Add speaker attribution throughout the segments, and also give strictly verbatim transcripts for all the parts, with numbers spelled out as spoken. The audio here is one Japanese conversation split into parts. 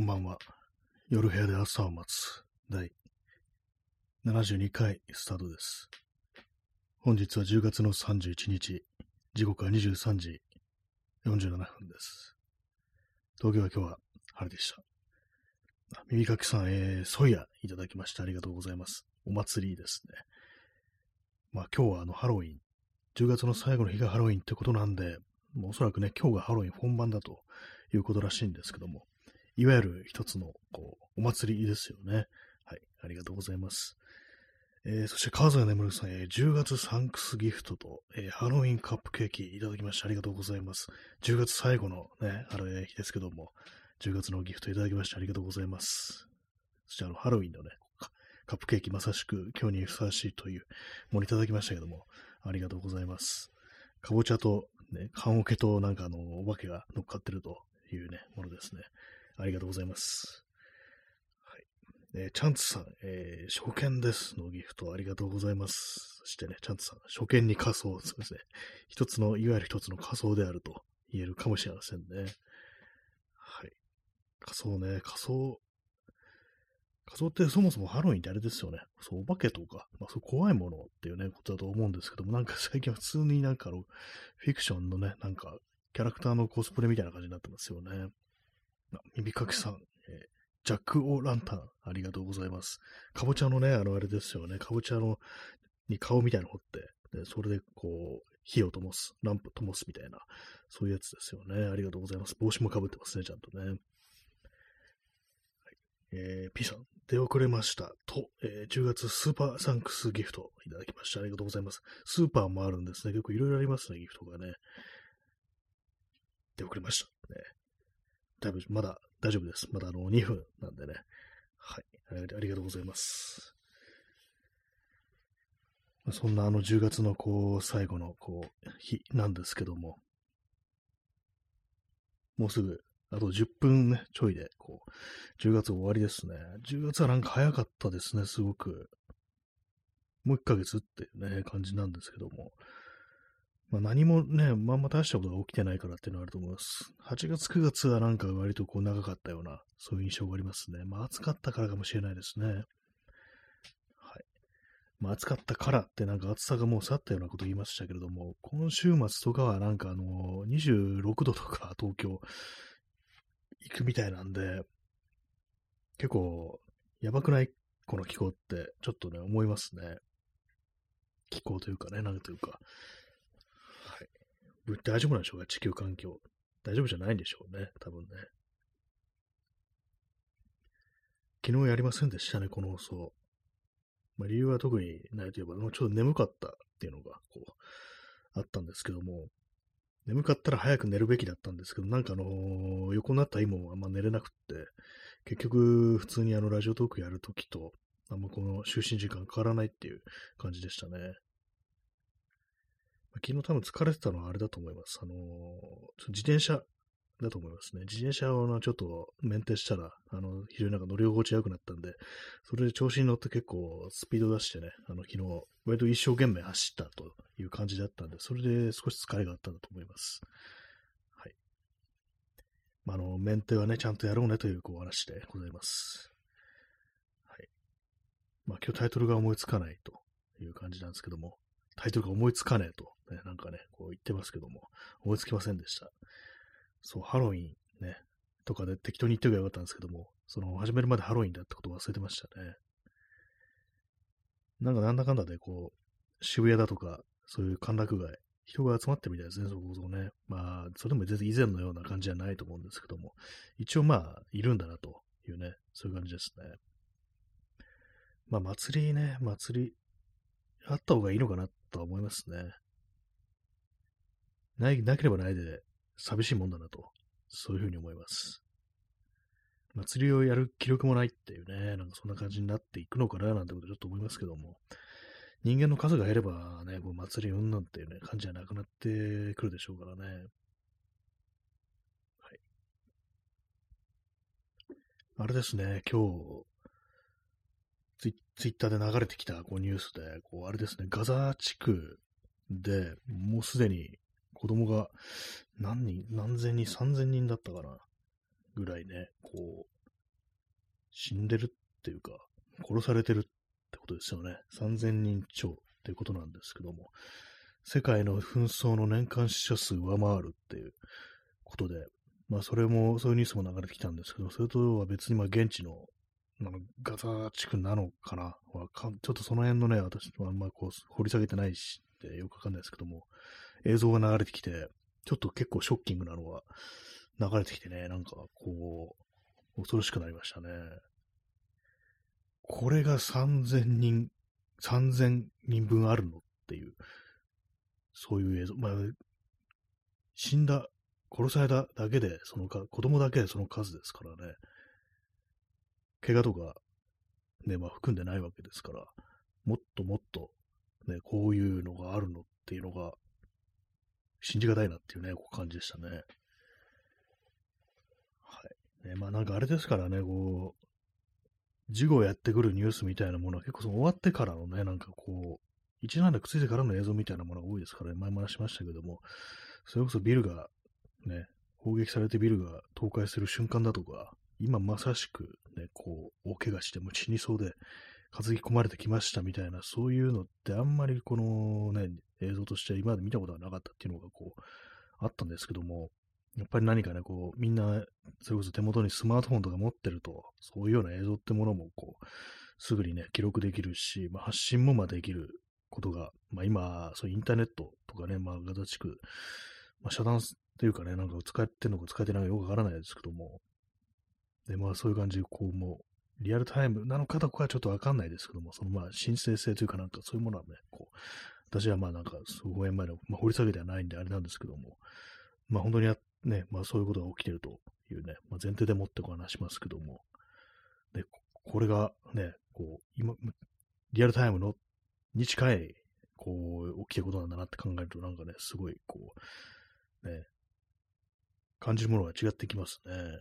Speaker 1: こんばんは。夜部屋で朝を待つだいななじゅうにかいスタートです。本日はじゅうがつのさんじゅういちにち、時刻はにじゅうさんじよんじゅうななふんです。東京は今日は晴れでした。あ耳かきさん、えー、ソイヤいただきましてありがとうございます。お祭りですね。まあ今日はあのハロウィン、じゅうがつの最後の日がハロウィンってことなんで、もうおそらくね、今日がハロウィン本番だということらしいんですけども、いわゆる一つのこうお祭りですよね。はい、ありがとうございます。えー、そして川添眠さん、えー、じゅうがつサンクスギフトと、えー、ハロウィンカップケーキいただきましてありがとうございます。じゅうがつ最後のね、あれ日ですけども、じゅうがつのギフトいただきましてありがとうございます。そしてあのハロウィンのね、カップケーキまさしく今日にふさわしいというものいただきましたけども、ありがとうございます。かぼちゃと、ね、缶オケとなんかあの、お化けが乗っかってるというね、ものですね。ありがとうございます。はい。えー、チャンツさん、えー、初見ですのギフトありがとうございます。そしてね、チャンツさん、初見に仮想、そうですね。一つの、いわゆる一つの仮想であると言えるかもしれませんね。はい。仮想ね、仮想、仮想ってそもそもハロウィンってあれですよね。そう、お化けとか、まあ、そう怖いものっていうね、ことだと思うんですけども、なんか最近は普通になんかあの、フィクションのね、なんか、キャラクターのコスプレみたいな感じになってますよね。あ耳かきさん、えージャック・オ・ランタン、ありがとうございます。かぼちゃのね、あの、あれですよね。かぼちゃの、に顔みたいなの彫って、でそれでこう、火を灯す、ランプ灯すみたいな、そういうやつですよね。ありがとうございます。帽子もかぶってますね、ちゃんとね。はい、えー、P さん、出遅れました。と、えー、じゅうがつスーパーサンクスギフトいただきました。ありがとうございます。スーパーもあるんですね。結構いろいろありますね、ギフトがね。出遅れました。ね、だいぶ、まだ大丈夫です。まだあのにふんなんでね。はい。ありがとうございます。そんなあのじゅうがつのこう、最後のこう、日なんですけども、もうすぐ、あとじゅっぷんね、ちょいで、こう、じゅうがつ終わりですね。じゅうがつはなんか早かったですね、すごく。もういっかげつっていうね、感じなんですけども。まあ、何もね、まんま大したことが起きてないからっていうのはあると思います。はちがつ、くがつはなんか割とこう長かったような、そういう印象がありますね。まあ暑かったからかもしれないですね。はい。まあ暑かったからってなんか暑さがもう去ったようなこと言いましたけれども、今週末とかはなんかあの、にじゅうろくどとか東京行くみたいなんで、結構やばくないこの気候ってちょっとね、思いますね。気候というかね、なんというか。はい。大丈夫なんでしょうか、地球環境。大丈夫じゃないんでしょうね、多分ね。昨日やりませんでしたね、この放送。まあ、理由は特にないといえば、もうちょっと眠かったっていうのが、こう、あったんですけども、眠かったら早く寝るべきだったんですけど、なんかあのー横になった今もあんま寝れなくって、結局、普通にあの、ラジオトークやるときと、あんまこの就寝時間変わらないっていう感じでしたね。まあ、昨日多分疲れてたのはあれだと思います。あのー自転車だと思いますね。自転車をのちょっとメンテしたら、あの、非常になんか乗り心地良くなったんで、それで調子に乗って結構スピード出してね、あの、昨日、割と一生懸命走ったという感じだったんで、それで少し疲れがあったんだと思います。はい。まあ、あの、メンテはね、ちゃんとやろうねというこう話でございます。はい。まあ、今日タイトルが思いつかないという感じなんですけども、タイトルが思いつかねえと、ね、なんかね、こう言ってますけども、思いつきませんでした。そう、ハロウィンね、とかで適当に言っておけばよかったんですけども、その、始めるまでハロウィンだってことを忘れてましたね。なんかなんだかんだで、こう、渋谷だとか、そういう歓楽街、人が集まってるみたいですね、そこそこね。まあ、それでも全然以前のような感じじゃないと思うんですけども、一応まあ、いるんだなというね、そういう感じですね。まあ、祭りね、祭り、あった方がいいのかなとは思いますね。ない、なければないで、寂しいもんだなと、そういうふうに思います。祭りをやる気力もないっていうね、なんかそんな感じになっていくのかななんてことちょっと思いますけども、人間の数が減ればね、こう祭りうんなんていうね、感じじゃなくなってくるでしょうからね。はい。あれですね、今日、ツイツイッターで流れてきたこうニュースで、こうあれですね、ガザ地区でもうすでに子供が何人、何千人、さんぜんにんだったかな、ぐらいね、こう、 死んでるっていうか、殺されてるってことですよね。さんぜんにん超っていうことなんですけども、世界の紛争の年間死者数上回るっていうことで、まあそれも、そういうニュースも流れてきたんですけど、それとは別にまあ現地の、あのガザ地区なのかなわかんちょっとその辺のね、私はあんまこう掘り下げてないしってよくわかんないですけども、映像が流れてきて、ちょっと結構ショッキングなのが流れてきてね、なんかこう、恐ろしくなりましたね。これがさんぜんにん、さんぜんにんぶんあるのっていう、そういう映像。まあ、死んだ、殺されただけで、そのか、子供だけでその数ですからね。怪我とか、ね、まあ含んでないわけですから、もっともっと、ね、こういうのがあるのっていうのが、信じがたいなっていうね、こう感じでしたね。はい。ね、まあなんかあれですからね、こう、事後やってくるニュースみたいなものは結構その終わってからのね、なんかこう、一段落ついてからの映像みたいなものが多いですからね、前も話しましたけども、それこそビルがね、砲撃されてビルが倒壊する瞬間だとか、今まさしくね、こう、大怪我しても死にそうで担ぎ込まれてきましたみたいな、そういうのってあんまりこのね、映像として今まで見たことがなかったっていうのがこう、あったんですけども、やっぱり何かね、こう、みんな、それこそ手元にスマートフォンとか持ってると、そういうような映像ってものもこう、すぐにね、記録できるし、まあ、発信もまあできることが、まあ今、そういうインターネットとかね、まあガザ地区、まあ遮断っていうかね、なんか使ってんのか使えてないのかよくわからないですけども、で、まあそういう感じで、こう、もう、リアルタイムなのかどうかはちょっとわかんないですけども、そのまあ、申請性というかなんかそういうものはね、こう、私はまあなんか、数年前の、まあ、掘り下げではないんであれなんですけども、まあ本当にや、ね、まあそういうことが起きてるというね、まあ、前提でもってお話しますけども、で、これがね、こう、今、リアルタイムのに近い、こう、起きてることなんだなって考えると、なんかね、すごい、こう、ね、感じるものが違ってきますね。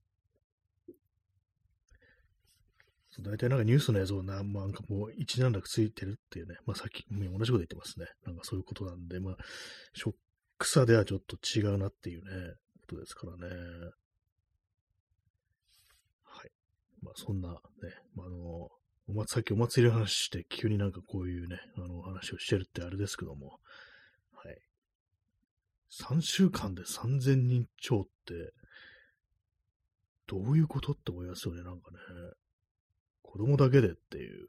Speaker 1: 大体なんかニュースの映像な、まあ、なんかもう一段落ついてるっていうね、まあさっき、もう同じこと言ってますね。なんかそういうことなんで、まあ、ショックさではちょっと違うなっていうね、ことですからね。はい。まあそんなね、まあ、あの、おま、さっきお祭りの話して、急になんかこういうね、あの話をしてるってあれですけども、はい。さんしゅうかんでさんぜんにん超って、どういうことって思いますよね、なんかね。子供だけでっていう。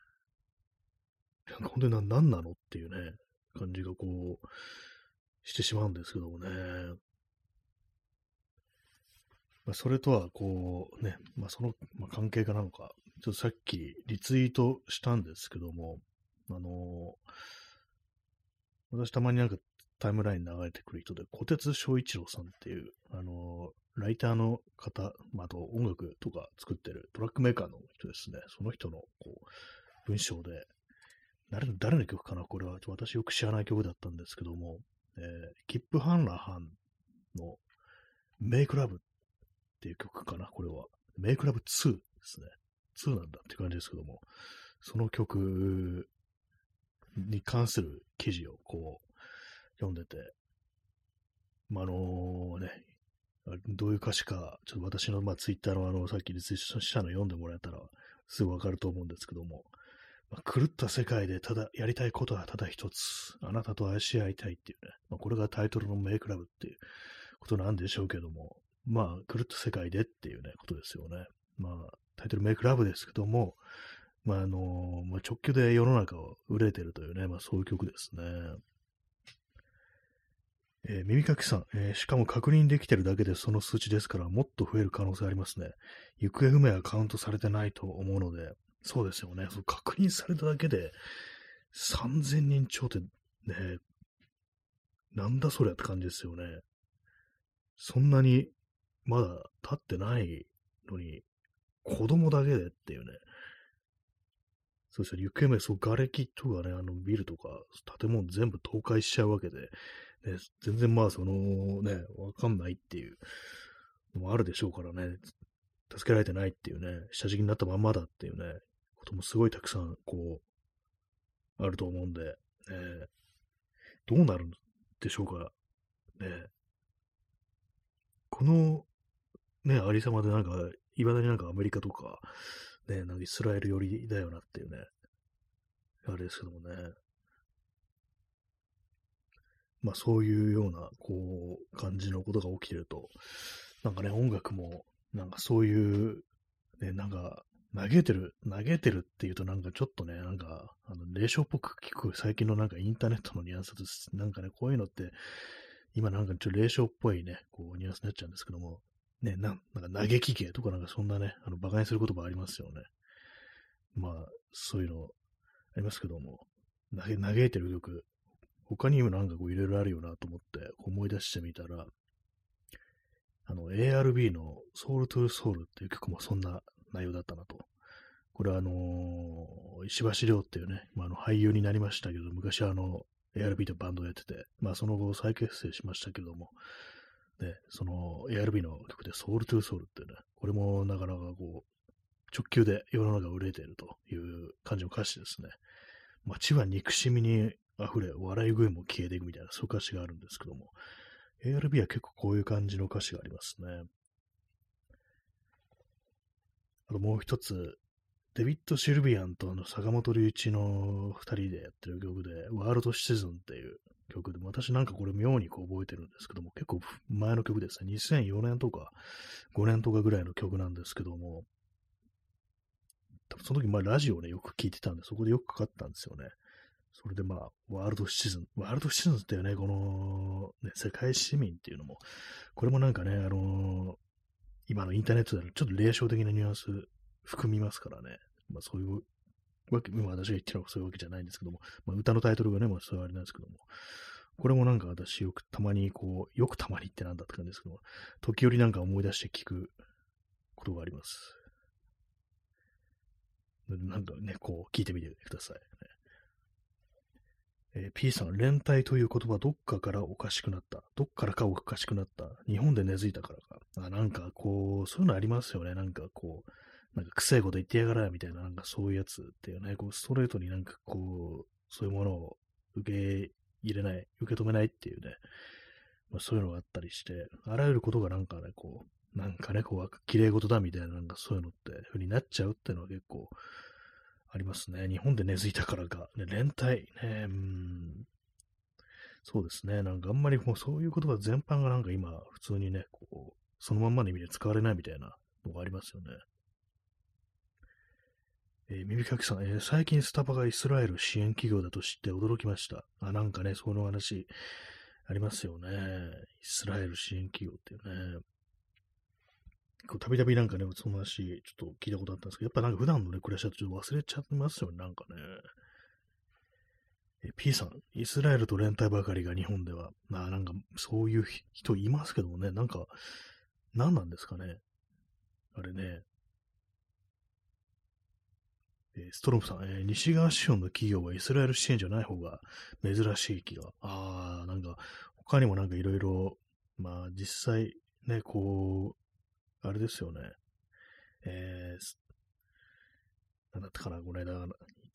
Speaker 1: なんか本当にな何なのっていうね、感じがこう、してしまうんですけどもね。まあ、それとはこうね、まあ、その、まあ、関係かなのか、ちょっとさっきリツイートしたんですけども、あのー私たまになんかタイムラインに流れてくる人で、小鉄昭一郎さんっていう、あのーライターの方、まあ、あと音楽とか作ってるトラックメーカーの人ですね。その人のこう文章で、誰の誰の曲かなこれは私よく知らない曲だったんですけども、えー、キップ・ハンラハンのメイクラブっていう曲かなこれは。メイクラブツーですね。ツーなんだっていう感じですけども、その曲に関する記事をこう読んでて、まあ、あのね、どういう歌詞か、ちょっと私の、まあ、ツイッターのあの、さっきリツイートしたの読んでもらえたら、すぐわかると思うんですけども、まあ、狂った世界でただ、やりたいことはただ一つ、あなたと愛し合いたいっていうね、まあ、これがタイトルのメイクラブっていうことなんでしょうけども、まあ、狂った世界でっていうね、ことですよね。まあ、タイトルメイクラブですけども、まあ、あのまあ、直球で世の中を憂えてるというね、まあ、そういう曲ですね。えー耳かきさん、えーしかも確認できてるだけでその数値ですから、もっと増える可能性ありますね。行方不明はカウントされてないと思うので、そうですよね。その確認されただけでさんぜんにん超ってね、なんだそりゃって感じですよね。そんなにまだ経ってないのに、子供だけでっていうね。そうですね、行方不明、そう、瓦礫とかね、あのビルとか、建物全部倒壊しちゃうわけで、ね、全然まあ、そのね、わかんないっていうのもあるでしょうからね、助けられてないっていうね、下敷きになったまんまだっていうね、こともすごいたくさん、こう、あると思うんで、ね、どうなるんでしょうか、ね。この、ね、ありさまでなんか、 いまだになんかアメリカとか、ね、なんかイスラエル寄りだよなっていうね、あれですけどもね。まあそういうような、こう、感じのことが起きてると、なんかね、音楽も、なんかそういう、ね、なんか、嘆いてる、嘆いてるっていうとなんかちょっとね、なんか、あの、霊障っぽく聞く最近のなんかインターネットのニュアンスです。なんかね、こういうのって、今なんかちょっと霊障っぽいね、こう、ニュアンスになっちゃうんですけども、ね、なんなんか嘆き系とかなんかそんなね、あの、馬鹿にする言葉ありますよね。まあ、そういうのありますけども、嘆嘆いてる曲、他にもなんかこういろいろあるよなと思って思い出してみたら、あの、エーアールビー の Soul to Soul っていう曲もそんな内容だったなと。これはあのー石橋亮っていうね、まあ、あの俳優になりましたけど、昔はあの、エーアールビー とバンドをやってて、まあその後再結成しましたけども、ね、その エーアールビー の曲で Soul to Soul っていうね、これもなかなかこう、直球で世の中を憂えているという感じの歌詞ですね。街は憎しみに溢れ、笑い声も消えていくみたいな、そういう歌詞があるんですけども、エーアールビー は結構こういう感じの歌詞がありますね。あともう一つ、デビッド・シルビアンとあの坂本龍一の二人でやってる曲で、ワールド・シチズンっていう曲で、私なんかこれ妙にこう覚えてるんですけども、結構前の曲ですね。にせんよねんとかごねんとかぐらいの曲なんですけども、多分その時まあラジオをね、よく聞いてたんで、そこでよくかかったんですよね。それでまあ、ワールドシチズン。ワールドシチズンっていうね、この、ね、世界市民っていうのも、これもなんかね、あのー今のインターネットでちょっと霊障的なニュアンス含みますからね。まあそういうわけ、今私が言ってるのはそういうわけじゃないんですけども、まあ歌のタイトルがね、まあそういうあれなんですけども、これもなんか私よくたまにこう、よくたまにってなんだって感じですけども、時折なんか思い出して聞くことがあります。なんかね、こう聞いてみてください。えー、P さん、連帯という言葉、どっかからおかしくなった。どっからかおかしくなった。日本で根付いたからか。あ、なんかこう、そういうのありますよね。なんかこう、なんか臭いこと言ってやがらみたいな、なんかそういうやつっていうね、こう、ストレートになんかこう、そういうものを受け入れない、受け止めないっていうね、まあ、そういうのがあったりして、あらゆることがなんかね、こう、なんかね、こう、綺麗事だみたいな、なんかそういうのって、ふうになっちゃうっていうのは結構、ありますね。日本で根付いたからか。ね、連帯、ね、うん、そうですね。なんかあんまりもうそういう言葉全般がなんか今、普通にね、こう、そのまんまの意味で使われないみたいなのがありますよね。えー耳かきさん、えー最近スタバがイスラエル支援企業だと知って驚きました。あ、なんかね、その話ありますよね。イスラエル支援企業っていうね。こうたびたびなんかね、その話、ちょっと聞いたことあったんですけど、やっぱなんか普段のね、暮らしだとちょっと忘れちゃいますよね、なんかね。え P さん、イスラエルと連帯ばかりが日本では、まあなんかそういう人いますけどもね、なんか、何なんですかね。あれね、えーストロムさん、えー西側資本の企業はイスラエル支援じゃない方が珍しい気が。ああ、なんか、他にもなんかいろいろ、まあ実際ね、こう、あれですよね。えー、なんだったかな、この間言った、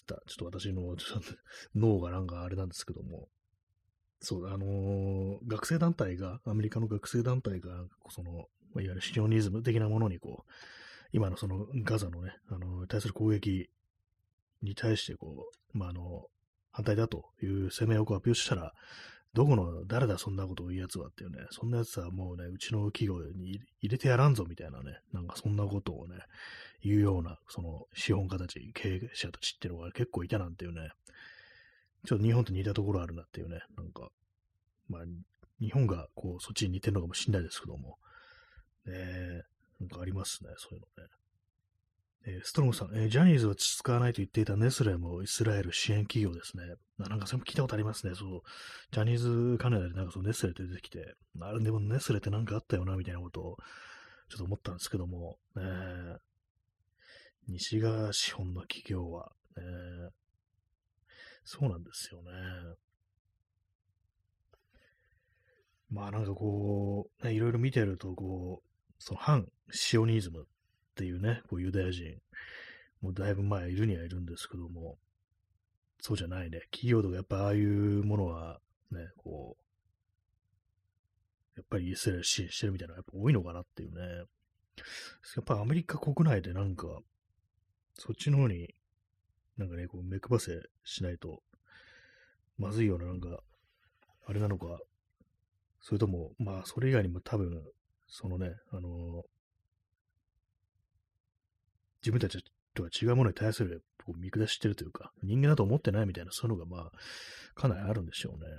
Speaker 1: ちょっと私のちょっと脳がなんかあれなんですけども、そう、あのー学生団体が、アメリカの学生団体が、その、まあいわゆるシオニズム的なものにこう、今のそのガザのね、あのー対する攻撃に対してこう、まあ、あの、反対だという声明をこうアピールしたら、どこの、誰だそんなことを言うやつはっていうね、そんなやつはもうね、うちの企業に入れてやらんぞみたいなね、なんかそんなことをね、言うような、その資本家たち、経営者たちっていうのが結構いたなんていうね、ちょっと日本と似たところあるなっていうね、なんか、まあ、日本がこう、そっちに似てるのかもしれないですけども、ね、なんかありますね、そういうのね。えーストロムさん、えージャニーズは使わないと言っていたネスレもイスラエル支援企業ですね。ななんかそれも聞いたことありますね。そう。ジャニーズ関連でなんかそのネスレって出てきて、あれでもネスレってなんかあったよな、みたいなことをちょっと思ったんですけども、えー西側資本の企業は、えーそうなんですよね。まあなんかこう、ね、いろいろ見てると、こう、その反シオニズムっていうね、こうユダヤ人、もうだいぶ前いるにはいるんですけども、そうじゃないね。企業とかやっぱああいうものは、ね、こう、やっぱりイスラエル支援してるみたいなのがやっぱ多いのかなっていうね。 やっぱアメリカ国内でなんか、そっちの方になんかね、こう目配せしないとまずいような、なんか、あれなのか、それとも、まあ、それ以外にも多分、そのね、あの自分たちとは違うものに対するこう見下してるというか、人間だと思ってないみたいな、そういうのがまあ、かなりあるんでしょう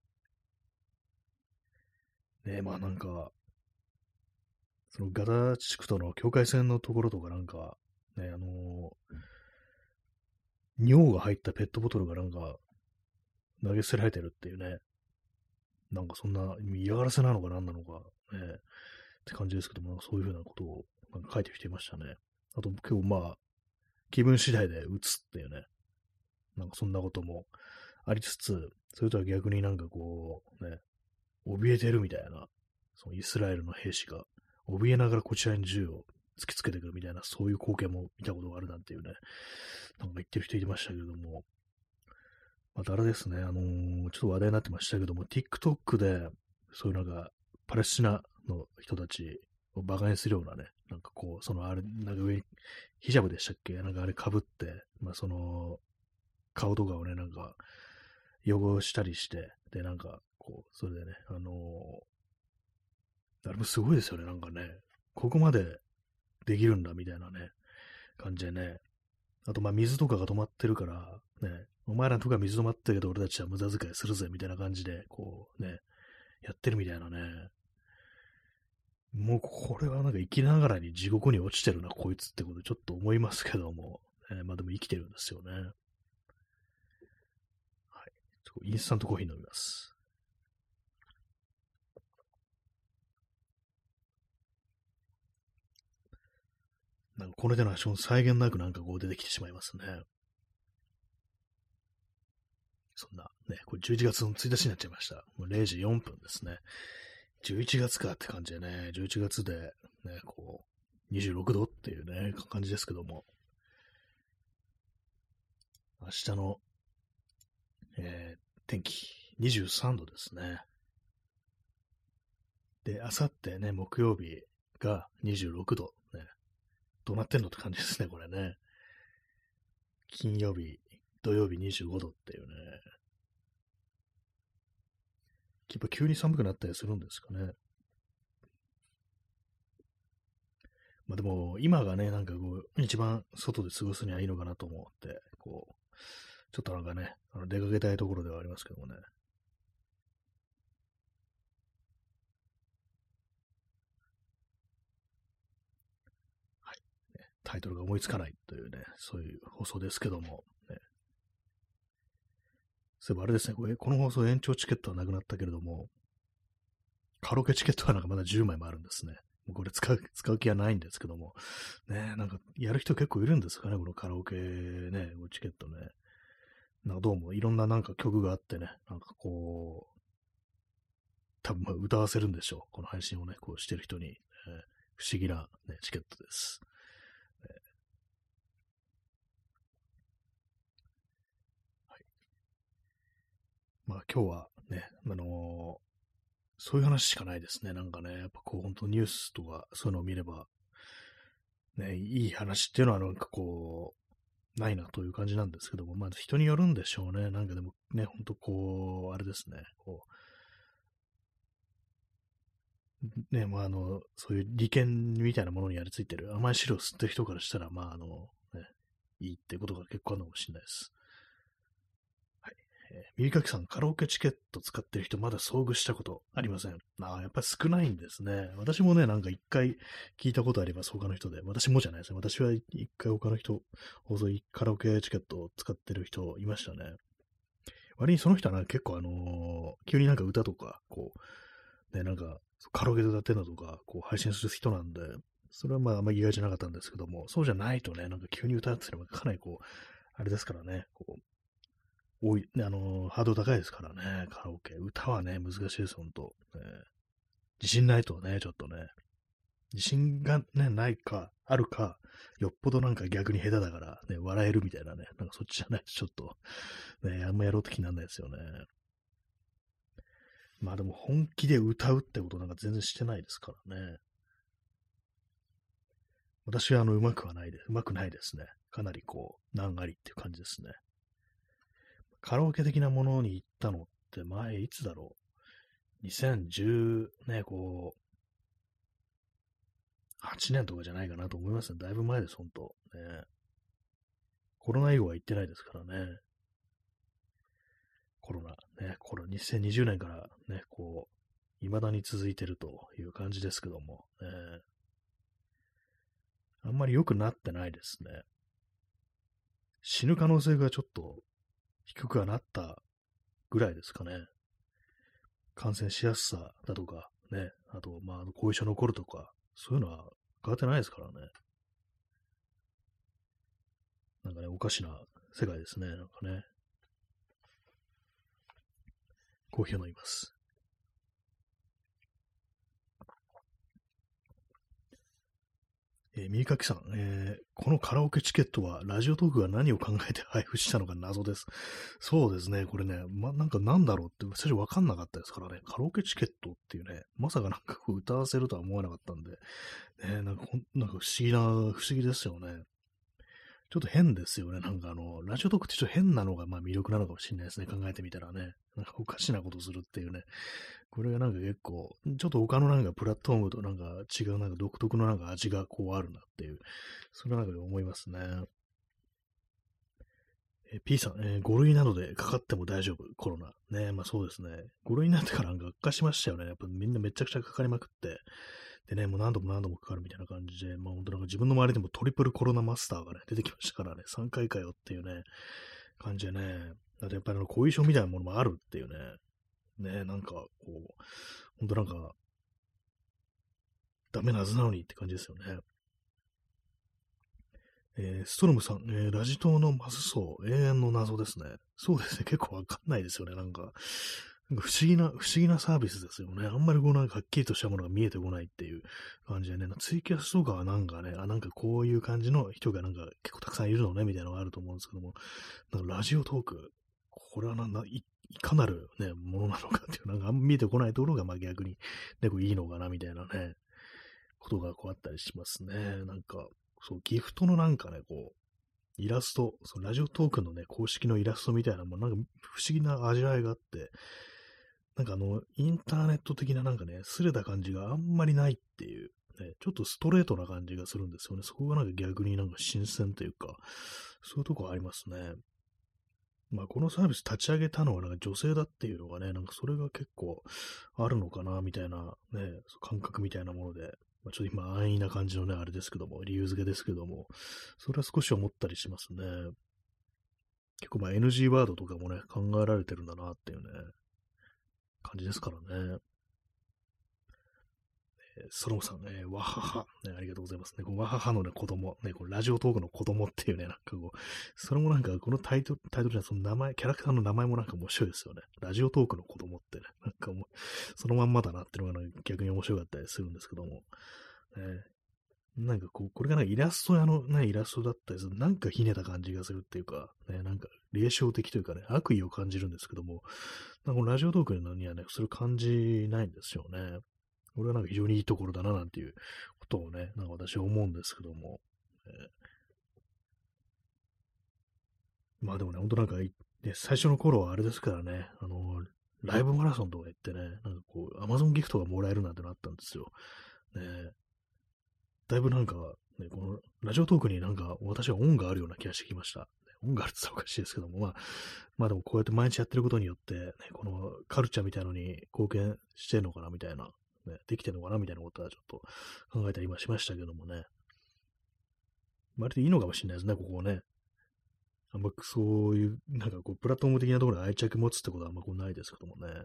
Speaker 1: ね。ねえ、まあなんか、そのガザ地区との境界線のところとかなんか、ね、あのー尿が入ったペットボトルがなんか投げ捨てられてるっていうね、なんかそんな嫌がらせなのか何なのか、ね、って感じですけども、そういうふうなことをなんか書いてきていましたね。あと今日まあ、気分次第で打つっていうね、なんかそんなこともありつつ、それとは逆になんかこう、ね、怯えてるみたいな、そのイスラエルの兵士が、怯えながらこちらに銃を突きつけてくるみたいな、そういう光景も見たことがあるなんていうね、なんか言ってる人いましたけれども、またあれですね、あのーちょっと話題になってましたけども、TikTok で、そういうなんか、パレスチナの人たちを馬鹿にするようなね、なんかこう、そのあれ、なんか上に、ヒジャブでしたっけなんかあれ被って、まあその、顔とかをね、なんか、汚したりして、で、なんか、こう、それでね、あのーあれもすごいですよね、なんかね、ここまでできるんだ、みたいなね、感じでね。あと、まあ、水とかが止まってるから、ね、お前らのとこは水止まってるけど、俺たちは無駄遣いするぜ、みたいな感じで、こう、ね、やってるみたいなね。もう、これはなんか生きながらに地獄に落ちてるな、こいつってことちょっと思いますけども、えーまあでも生きてるんですよね。はい。インスタントコーヒー飲みます。なんかこれでの話も際限なくなんかこう出てきてしまいますね。そんな、ね、これじゅういちがつのついたちになっちゃいました。もうれいじよんぷんですね。じゅういちがつかって感じでね、じゅういちがつで、ね、こう、にじゅうろくどっていうね、感じですけども、明日の、えー天気、にじゅうさんどですね。で、あさってね、木曜日がにじゅうろくど、ね、どうなってんのって感じですね、これね。金曜日、土曜日にじゅうごどっていうね。やっぱ急に寒くなったりするんですかね。まあでも、今がね、なんかこう、一番外で過ごすにはいいのかなと思って、こう、ちょっとなんかね、あの出かけたいところではありますけどもね。はい。ね、タイトルが思いつかないというね、そういう放送ですけども、ね、そういえばあれですね、これ、この放送延長チケットはなくなったけれども、カラオケチケットはなんかまだじゅうまいもあるんですね。もうこれ使う、使う気はないんですけども。ね、なんかやる人結構いるんですかね、このカラオケね、チケットね。なんかどうもいろんななんか曲があってね、なんかこう、多分まあ歌わせるんでしょう。この配信をね、こうしてる人に。えー不思議な、ね、チケットです。えーはい、まあ今日はね、あのーそういう話しかないですね。なんかね、やっぱこう本当ニュースとかそういうのを見れば、ね、いい話っていうのはなんかこう、ないなという感じなんですけども、まあ人によるんでしょうね。なんかでもね、ほんとこう、あれですね、こう、ね、まああの、そういう利権みたいなものにやりついてる甘い汁を吸ってる人からしたら、まああの、ね、いいってことが結構あるのかもしれないです。はい。えー、耳かきさん、カラオケチケット使ってる人、まだ遭遇したことありません。ああ、やっぱり少ないんですね。私もね、なんか一回聞いたことあります、他の人で。私もじゃないですね。私は一回他の人、放送カラオケチケットを使ってる人いましたね。割にその人はなんか結構あのー急になんか歌とか、こう、ね、なんか、カラオケで歌ってんのとか、こう配信する人なんで、それはまああんまり意外じゃなかったんですけども、そうじゃないとね、なんか急に歌ってればかなりこう、あれですからね、こう、多い、ね、あのーハードル高いですからね、カラオケ。歌はね、難しいです、ほんと。ね、自信ないとね、ちょっとね、自信がね、ないか、あるか、よっぽどなんか逆に下手だから、ね、笑えるみたいなね、なんかそっちじゃないとちょっと、ね、あんまやろうと気にならないですよね。まあでも本気で歌うってことなんか全然してないですからね。 私はあの、うまくはないです。うまくないですね。かなりこう、難ありっていう感じですね。カラオケ的なものに行ったのって前いつだろう。にせんじゅうね、こう、はちねんとかじゃないかなと思いますね。だいぶ前です、本当ね。コロナ以後は行ってないですからね。コロナ、ね、コロナ、にせんにじゅうねんからね、こう、未だに続いてるという感じですけども、ね、あんまり良くなってないですね。死ぬ可能性がちょっと低くはなったぐらいですかね。感染しやすさだとか、ね、あと、まあ、後遺症残るとか、そういうのは変わってないですからね。なんかね、おかしな世界ですね、なんかね。コーヒーを飲みます。えー、右かきさん、えー、このカラオケチケットはラジオトークが何を考えて配布したのか謎です。そうですね、これね、ま、なんかなんだろうって最初わかんなかったですからね、カラオケチケットっていうね、まさかなんかこう歌わせるとは思わなかったんで、ね、なんかほんなんか不思議な、不思議ですよね。ちょっと変ですよね。なんかあの、ラジオトークってちょっと変なのがまあ魅力なのかもしれないですね。考えてみたらね。なんかおかしなことするっていうね。これがなんか結構、ちょっと他のなんかプラットフォームとなんか違うなんか独特のなんか味がこうあるなっていう、それはなんか思いますね。え P さん、えー、ご類などでかかっても大丈夫、コロナ。ね、まあそうですね。ご類になってからなんか悪化しましたよね。やっぱみんなめちゃくちゃかかりまくって。でね、もう何度も何度もかかるみたいな感じで、まあ本当なんか自分の周りでもトリプルコロナマスターがね、出てきましたからね、さんかいかよっていうね、感じでね、あとやっぱりあの後遺症みたいなものもあるっていうね、ね、なんかこう、本当なんか、ダメなはずなのにって感じですよね。えー、ストロムさん、えー、ラジ島のマス層、永遠の謎ですね。そうですね、結構わかんないですよね、なんか。なんか不思議な、不思議なサービスですよね。あんまりこうなんかはっきりとしたものが見えてこないっていう感じでね、ツイキャスとかはなんかね、あ、なんかこういう感じの人がなんか結構たくさんいるのね、みたいなのがあると思うんですけども、なんかラジオトーク、これはなんだ、いいかなるね、ものなのかっていう、なんかあんま見えてこないところがまあ逆に、ね、こういいのかな、みたいなね、ことがこうあったりしますね。なんか、そう、ギフトのなんかね、こう、イラスト、そのラジオトークのね、公式のイラストみたいなもん、なんか不思議な味わいがあって、なんかあの、インターネット的ななんかね、擦れた感じがあんまりないっていう、ね、ちょっとストレートな感じがするんですよね。そこがなんか逆になんか新鮮というか、そういうとこありますね。まあ、このサービス立ち上げたのはなんか女性だっていうのがね、なんかそれが結構あるのかな、みたいなね、感覚みたいなもので、まあ、ちょっと今安易な感じのね、あれですけども、理由付けですけども、それは少し思ったりしますね。結構まあ エヌジー ワードとかもね、考えられてるんだなっていうね、感じですからね。えーソロムさん、えー、わはは、ね、ありがとうございますね。このわははのね、子供、ね、このラジオトークの子供っていうね、なんかこう、それもなんか、このタイトル、タイトルじゃその名前、キャラクターの名前もなんか面白いですよね。ラジオトークの子供ってね、なんかもう、そのまんまだなっていうのが、ね、逆に面白かったりするんですけども、ね、なんかこう、これがなんかイラスト屋のね、イラストだったりする、なんかひねた感じがするっていうか、ね、なんか、霊障的というかね、悪意を感じるんですけども、なんかこのラジオトークにはね、それ感じないんですよね。これはなんか非常にいいところだな、なんていうことをね、なんか私は思うんですけども。えーまあでもね、ほんとなんかい、ね、最初の頃はあれですからね、あの、ライブマラソンとか行ってね、なんかこう、アマゾンギフトがもらえるなんてのあったんですよ。ね、だいぶなんか、ね、このラジオトークになんか私は恩があるような気がしてきました。恩があるって言ったらおかしいですけども、まあ、まあでもこうやって毎日やってることによって、ね、このカルチャーみたいのに貢献してるのかなみたいな、ね、できてるのかなみたいなことはちょっと考えたり今しましたけどもね。割といいのかもしれないですね、ここね。あんまそういう、なんかこう、プラットフォーム的なところで愛着持つってことはあんまこうないですけどもね。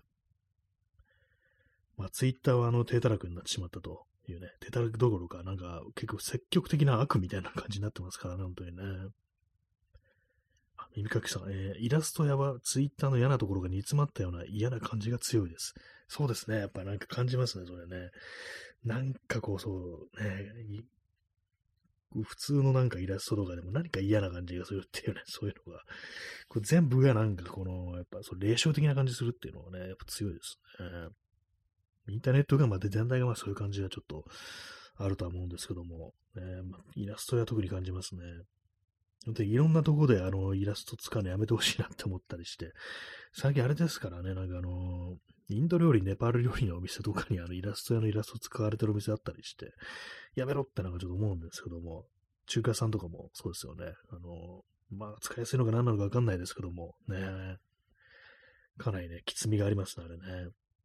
Speaker 1: まあ、ツイッターはあの、低たらくになってしまったというね、低たらくどころか、なんか結構積極的な悪みたいな感じになってますからね、本当にね。あ、耳かきさん、えー、イラスト屋はツイッターの嫌なところが煮詰まったような嫌な感じが強いです。そうですね、やっぱなんか感じますね、それね。なんかこう、そうね、普通のなんかイラストとかでも何か嫌な感じがするっていうね、そういうのが、これ全部がなんかこの、やっぱそう霊障的な感じするっていうのはね、やっぱ強いですね。インターネットがまあ全体がまあそういう感じがちょっとあるとは思うんですけども、ね、まあ、イラストは特に感じますね。本当にいろんなところであのイラスト使うのやめてほしいなって思ったりして、最近あれですからね、なんかあの、インド料理、ネパール料理のお店とかにあのイラスト屋のイラスト使われてるお店あったりして、やめろってなんかちょっと思うんですけども、中華さんとかもそうですよね。あの、まあ、使いやすいのか何なのかわかんないですけども、ね、かなりね、きつみがありますね、あれね。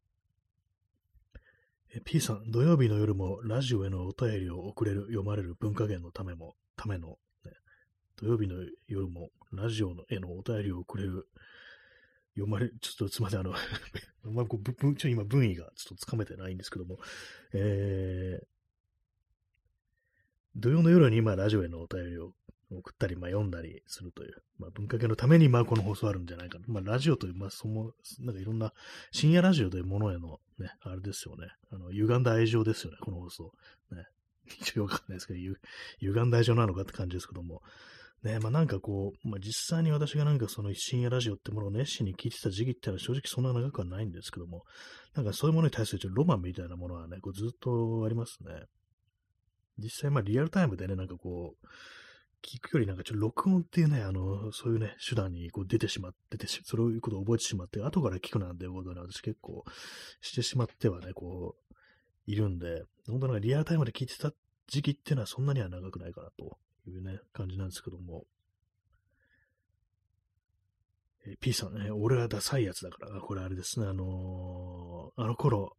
Speaker 1: え P さん、土曜日の夜もラジオへのお便りを送れる、読まれる文化源のためも、ための、ね、土曜日の夜もラジオへのお便りを送れる、読まれる、ちょっとすみません、あのまあ、こうぶぶちょ今文意がちょっとつかめてないんですけども、えー、土曜の夜に今ラジオへのお便りを送ったり、まあ、読んだりするという、まあ、文化系のためにまあこの放送あるんじゃないかな。まあ、ラジオという、まあ、その、なんかいろんな深夜ラジオというものへのね、あれですよね。あの、歪んだ愛情ですよね、この放送。ね。一応わかんないですけど、ゆ歪んだ愛情なのかって感じですけども。ね、まあなんかこう、まあ実際に私がなんかその深夜ラジオってものを熱心に聞いてた時期ってのは正直そんな長くはないんですけども、なんかそういうものに対するちょっとロマンみたいなものはね、こうずっとありますね。実際まあリアルタイムでね、なんかこう、聞くよりなんかちょっと録音っていうね、あの、そういうね、手段にこう出てしまってて、それをいうことを覚えてしまって、後から聞くなんていうことをね、私結構してしまってはね、こう、いるんで、本当なんかリアルタイムで聞いてた時期っていうのはそんなには長くないかなというね、感じなんですけども、えー P さんね、俺はダサいやつだから、これあれですね、あのーあの頃、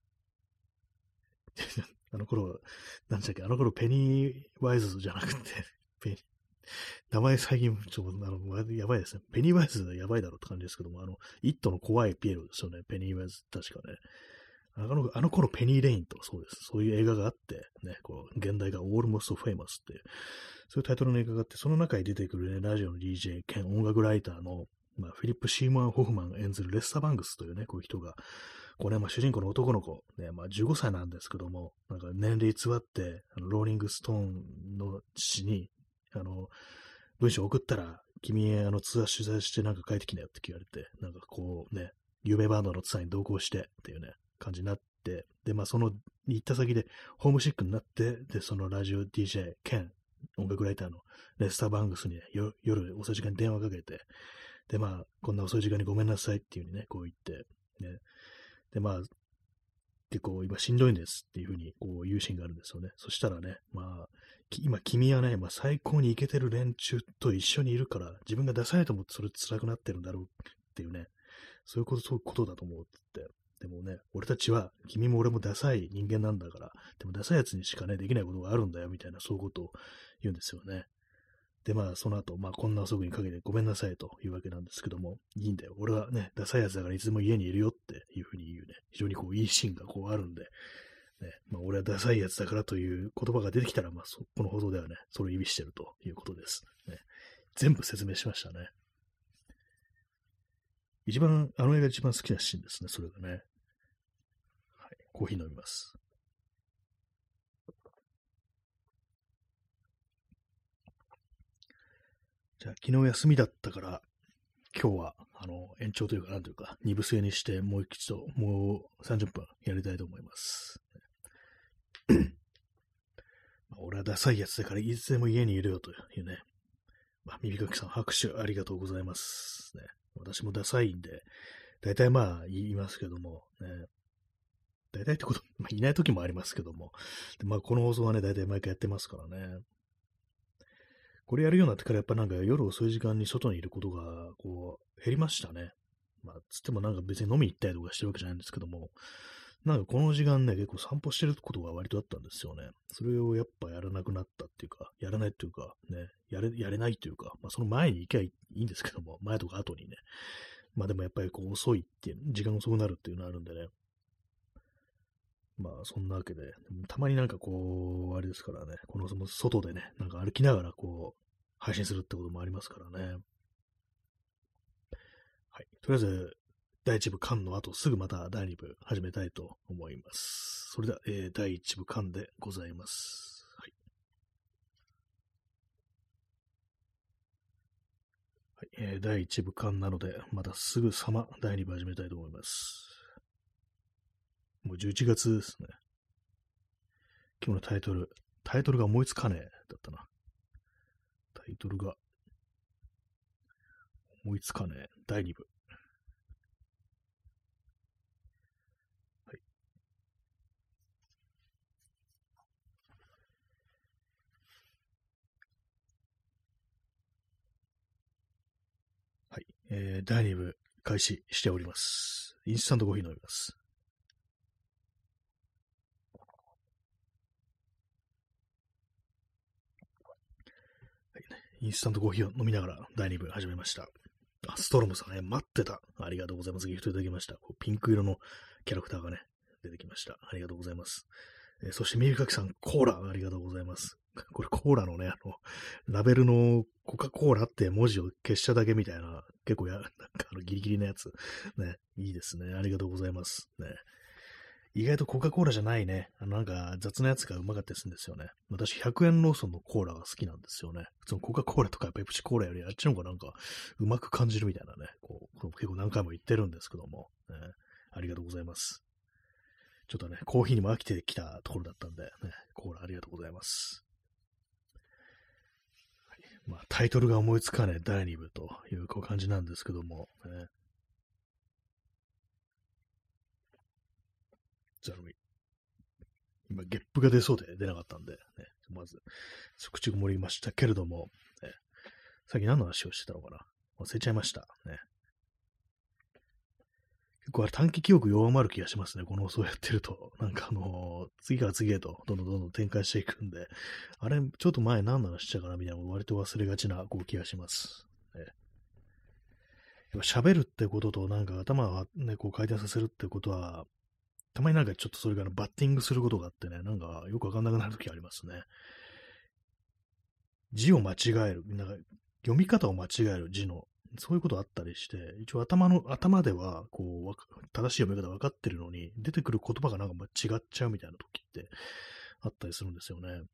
Speaker 1: あの頃、なんでしたっけ、あの頃ペニーワイズじゃなくて、ペニ名前最近、ちょっと、あの、やばいですね。ペニーワイズやばいだろうって感じですけども、あの、イットの怖いピエロですよね。ペニーワイズ、確かね。あの、あの頃、ペニー・レインと、そうです。そういう映画があって、ね、こう、現代が Almost Famous っていう、そういうタイトルの映画があって、その中に出てくるね、ラジオの ディージェー 兼音楽ライターの、まあ、フィリップ・シーモア・ホフマン演ずるレッサ・バングスというね、こういう人が、こうね、まあ、主人公の男の子、ね、まあ、じゅうごさいなんですけども、なんか年齢偽って、あのローリング・ストーンの父に、あの、文章を送ったら、君、あの、ツアー取材してなんか帰ってきなよって言われて、なんかこうね、有名バンドのツアーに同行してっていうね、感じになって、で、まあ、その、行った先で、ホームシックになって、で、そのラジオ ディージェー 兼音楽ライターのレスター・バングスに、ね、よ夜遅い時間に電話かけて、で、まあ、こんな遅い時間にごめんなさいっていうふうにね、こう言って、ね、で、まあ、結構今しんどいんですっていうふうにこう言うシーンがあるんですよね。そしたらね、まあ、今君はね、まあ、最高にイケてる連中と一緒にいるから、自分がダサいと思ってそれ辛くなってるんだろうっていうね、そういうこと、そういうことだと思うって。でもね、俺たちは、君も俺もダサい人間なんだから、でもダサいやつにしかね、できないことがあるんだよ、みたいな、そういうことを言うんですよね。で、まあ、その後、まあ、こんな遅くにかけてごめんなさいというわけなんですけども、いいんだよ。俺はね、ダサいやつだからいつでも家にいるよっていうふうに言うね、非常にこう、いいシーンがこうあるんで、ね、まあ、俺はダサいやつだからという言葉が出てきたら、まあ、そこの放送ではね、それを意味してるということです。ね、全部説明しましたね。一番、あの映画一番好きなシーンですね、それがね。はい、コーヒー飲みます。じゃあ、昨日休みだったから、今日は、あの、延長というか、なんというか、二部制にして、もう一度、もうさんじゅっぷんやりたいと思います。まあ、俺はダサいやつだから、いつでも家にいるよというね。まあ、耳かきさん、拍手ありがとうございます。ね、私もダサいんで、大体まあ、言いますけども、ね。大体ってこと、まあ、いない時もありますけども。でまあ、この放送はね、大体毎回やってますからね。これやるようになってからやっぱなんか夜遅い時間に外にいることがこう減りましたね。まあ、つってもなんか別に飲み行ったりとかしてるわけじゃないんですけども、なんかこの時間ね、結構散歩してることが割とあったんですよね。それをやっぱやらなくなったっていうか、やらないっていうか、ね、やれ、やれないっていうか、まあその前に行けばいいんですけども、前とか後にね。まあでもやっぱりこう遅いっていう、時間遅くなるっていうのがあるんでね。まあそんなわけで、たまになんかこう、あれですからね、このその外でね、なんか歩きながらこう、配信するってこともありますからね。はい。とりあえず、だいいち部完の後、すぐまただいに部始めたいと思います。それでは、えー、だいいち部完でございます。はい。はい、えー、だいいち部完なので、またすぐさまだいに部始めたいと思います。もうじゅういちがつですね。今日のタイトル、 タイトルが思いつかねえ、だったな。タイトルが思いつかねえ、だいに部。はい。はい。えー、だいに部開始しております。インスタントコーヒー飲みます。はいね、インスタントコーヒーを飲みながらだいに部始めました。あ、ストロムさんね、待ってた。ありがとうございます。ギフトいただきました。こうピンク色のキャラクターがね、出てきました。ありがとうございます。えー、そして、みゆかきさん、コーラ、ありがとうございます。これ、コーラのね、あの、ラベルのコカ・コーラって文字を消しただけみたいな、結構や、なんかあのギリギリなやつ。ね、いいですね。ありがとうございます。ね。意外とコカ・コーラじゃないね。あの、なんか雑なやつがうまかったりするんですよね。私、ひゃくえんローソンのコーラが好きなんですよね。普通のコカ・コーラとかペプシコーラよりあっちの方がなんかうまく感じるみたいなね。こう、結構何回も言ってるんですけども、ね。ありがとうございます。ちょっとね、コーヒーにも飽きてきたところだったんで、ね、コーラありがとうございます。はい、まあ、タイトルが思いつかねえだいに部という感じなんですけども、ね。ざるみ。今、ゲップが出そうで出なかったんで、ね、まず、口ごもりましたけれども、ね、さっき何の話をしてたのかな忘れちゃいました。ね。結構あれ短期記憶弱まる気がしますね。このそうやってると。なんかあのー、次から次へとどんどんどんどん展開していくんで、あれ、ちょっと前何の話したかなみたいなのを割と忘れがちなこう気がします。ね、やっぱ喋るってことと、なんか頭をね、こう回転させるってことは、たまになんかちょっとそれからバッティングすることがあってね、なんかよくわかんなくなるときありますね。字を間違える。なんか読み方を間違える字の、そういうことあったりして、一応頭の、頭では、こう、正しい読み方分かってるのに、出てくる言葉がなんか違っちゃうみたいな時ってあったりするんですよね。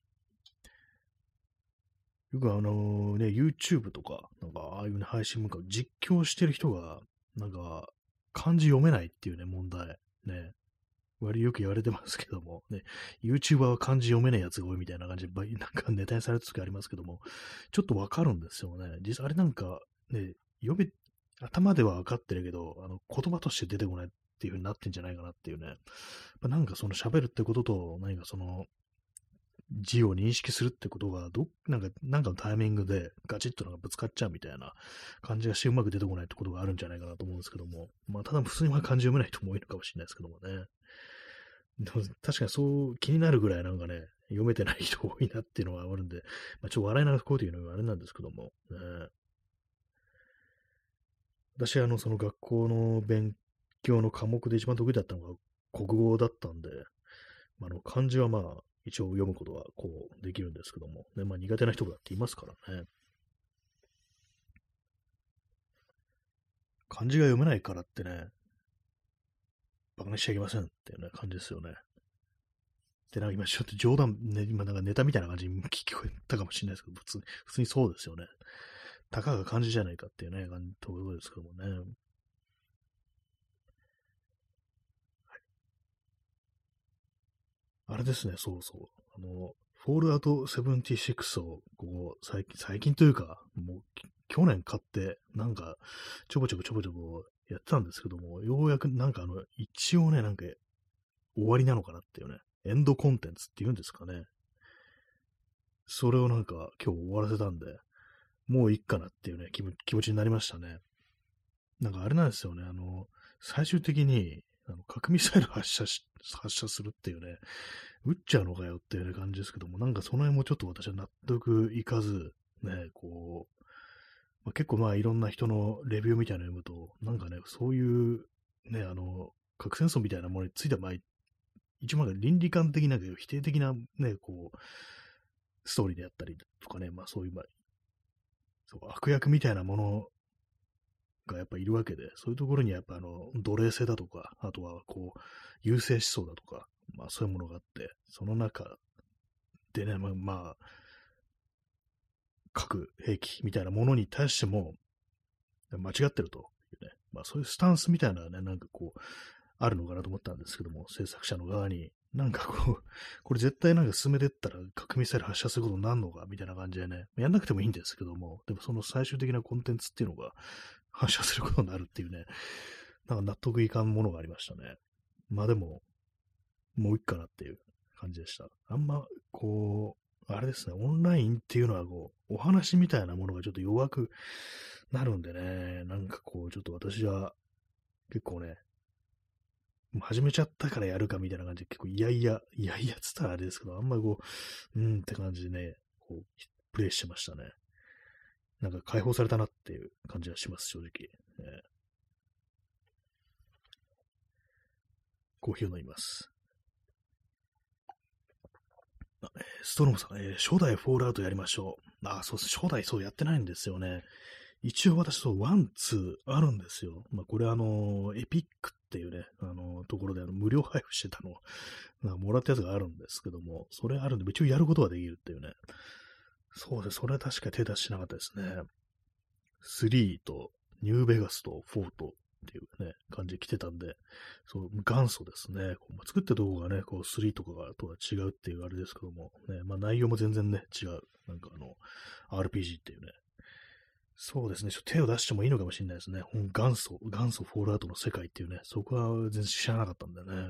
Speaker 1: よくあのね、YouTube とか、なんかああいうね、配信文化を実況してる人が、なんか、漢字読めないっていうね、問題。ね。割よく言われてますけども、ね、YouTuber は漢字読めないやつが多いみたいな感じで、なんかネタにされる時ありますけども、ちょっとわかるんですよね。実際あれなんか、ね、読め、頭ではわかってるけど、あの、言葉として出てこないっていう風になってんじゃないかなっていうね。なんかその喋るってことと、何かその、字を認識するってことが、ど、なんか、なんかのタイミングでガチッとなんかぶつかっちゃうみたいな感じがしてうまく出てこないってことがあるんじゃないかなと思うんですけども、まあ、ただ普通には漢字読めない人も多いのかもしれないですけどもね。でも確かにそう気になるぐらいなんかね、読めてない人多いなっていうのはあるんで、まあ、ちょっと笑いながらこういうのはあれなんですけども、ね、私、あの、その学校の勉強の科目で一番得意だったのが国語だったんで、まあ、あの漢字はまあ、一応読むことはこうできるんですけども、ね、まあ苦手な人だっていますからね。漢字が読めないからってね、バカにしちゃいけませんっていうね、感じですよね。で、なんか今ちょっと冗談、ね、今なんかネタみたいな感じに聞こえたかもしれないですけど、普通普通にそうですよね。たかが漢字じゃないかっていうね、感じところですけどもね。あれですね、そうそう。あの、フォールアウトセブンティーシックスを、ここ、最近、最近というか、もう、去年買って、なんか、ちょぼちょぼちょぼちょぼやってたんですけども、ようやく、なんかあの、一応ね、なんか、終わりなのかなっていうね、エンドコンテンツっていうんですかね。それをなんか、今日終わらせたんで、もういいかなっていうね、気持気持ちになりましたね。なんかあれなんですよね、あの、最終的に、あの核ミサイル発射し、発射するっていうね、撃っちゃうのかよっていう、ね、感じですけども、なんかその辺もちょっと私は納得いかず、ね、こう、まあ、結構まあいろんな人のレビューみたいなの読むと、なんかね、そういう、ね、あの、核戦争みたいなものについては、まあ、一応なんか倫理観的な否定的なね、こう、ストーリーであったりとかね、まあそういう、まあ、そう悪役みたいなものがやっぱいるわけで、そういうところにやっぱあの、奴隷制だとか、あとはこう、優勢思想だとか、まあそういうものがあって、その中でね、まあ、まあ、核兵器みたいなものに対しても、間違ってるというね、まあそういうスタンスみたいなね、なんかこう、あるのかなと思ったんですけども、制作者の側に、 なんかこう、これ絶対なんか進めてったら核ミサイル発射することになるのかみたいな感じでね、やんなくてもいいんですけども、でもその最終的なコンテンツっていうのが発射することになるっていうね、なんか納得いかんものがありましたね。まあでも、もういいかなっていう感じでした。あんま、こう、あれですね、オンラインっていうのはこう、お話みたいなものがちょっと弱くなるんでね、なんかこう、ちょっと私は結構ね、もう始めちゃったからやるかみたいな感じで結構いやいや、いやいやっつったらあれですけど、あんまりこう、うんって感じでね、こう、プレイしてましたね。なんか解放されたなっていう感じはします、正直。えー、コーヒーを飲みます。ストロムさん、えー、初代フォールアウトやりましょう。あ、そうです。初代そうやってないんですよね。一応私、そう、ワン、ツーあるんですよ。まあ、これあの、エピックっていうね、あの、ところであの無料配布してたのを、なんかもらったやつがあるんですけども、それあるんで、一応やることができるっていうね。そうです。それは確か手出してなかったですね。スリーと、ニューベガスとフォーとっていうね、感じで来てたんで、そう、元祖ですね。こうまあ、作ってるとこがね、こうスリーとかがとは違うっていうあれですけども、ね、まあ内容も全然ね、違う。なんかあの、アールピージー っていうね。そうですね。ちょっと手を出してもいいのかもしれないですね。元祖、元祖フォールアウトの世界っていうね、そこは全然知らなかったんでね。はい。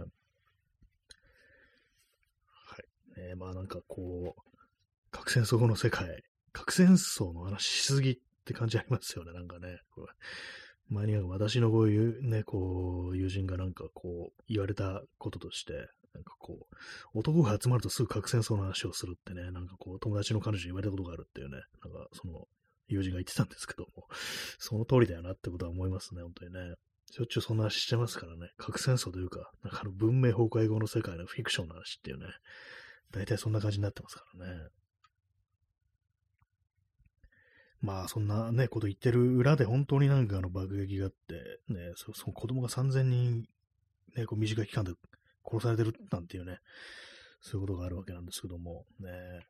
Speaker 1: えー、まあなんかこう、核戦争後の世界、核戦争の話しすぎって感じありますよね、なんかね。これ前になんか私のこういうね、こう、友人がなんかこう、言われたこととして、なんかこう、男が集まるとすぐ核戦争の話をするってね、なんかこう、友達の彼女に言われたことがあるっていうね、なんかその、友人が言ってたんですけども、その通りだよなってことは思いますね、本当にね。しょっちゅうそんな話してますからね、核戦争というか、なんかあの文明崩壊後の世界のフィクションの話っていうね、大体そんな感じになってますからね。まあ、そんなね、こと言ってる裏で本当になんかあの爆撃があって、ね、そその子供がさんぜんにん、ね、こう短い期間で殺されてるなんていうね、そういうことがあるわけなんですけども、ね、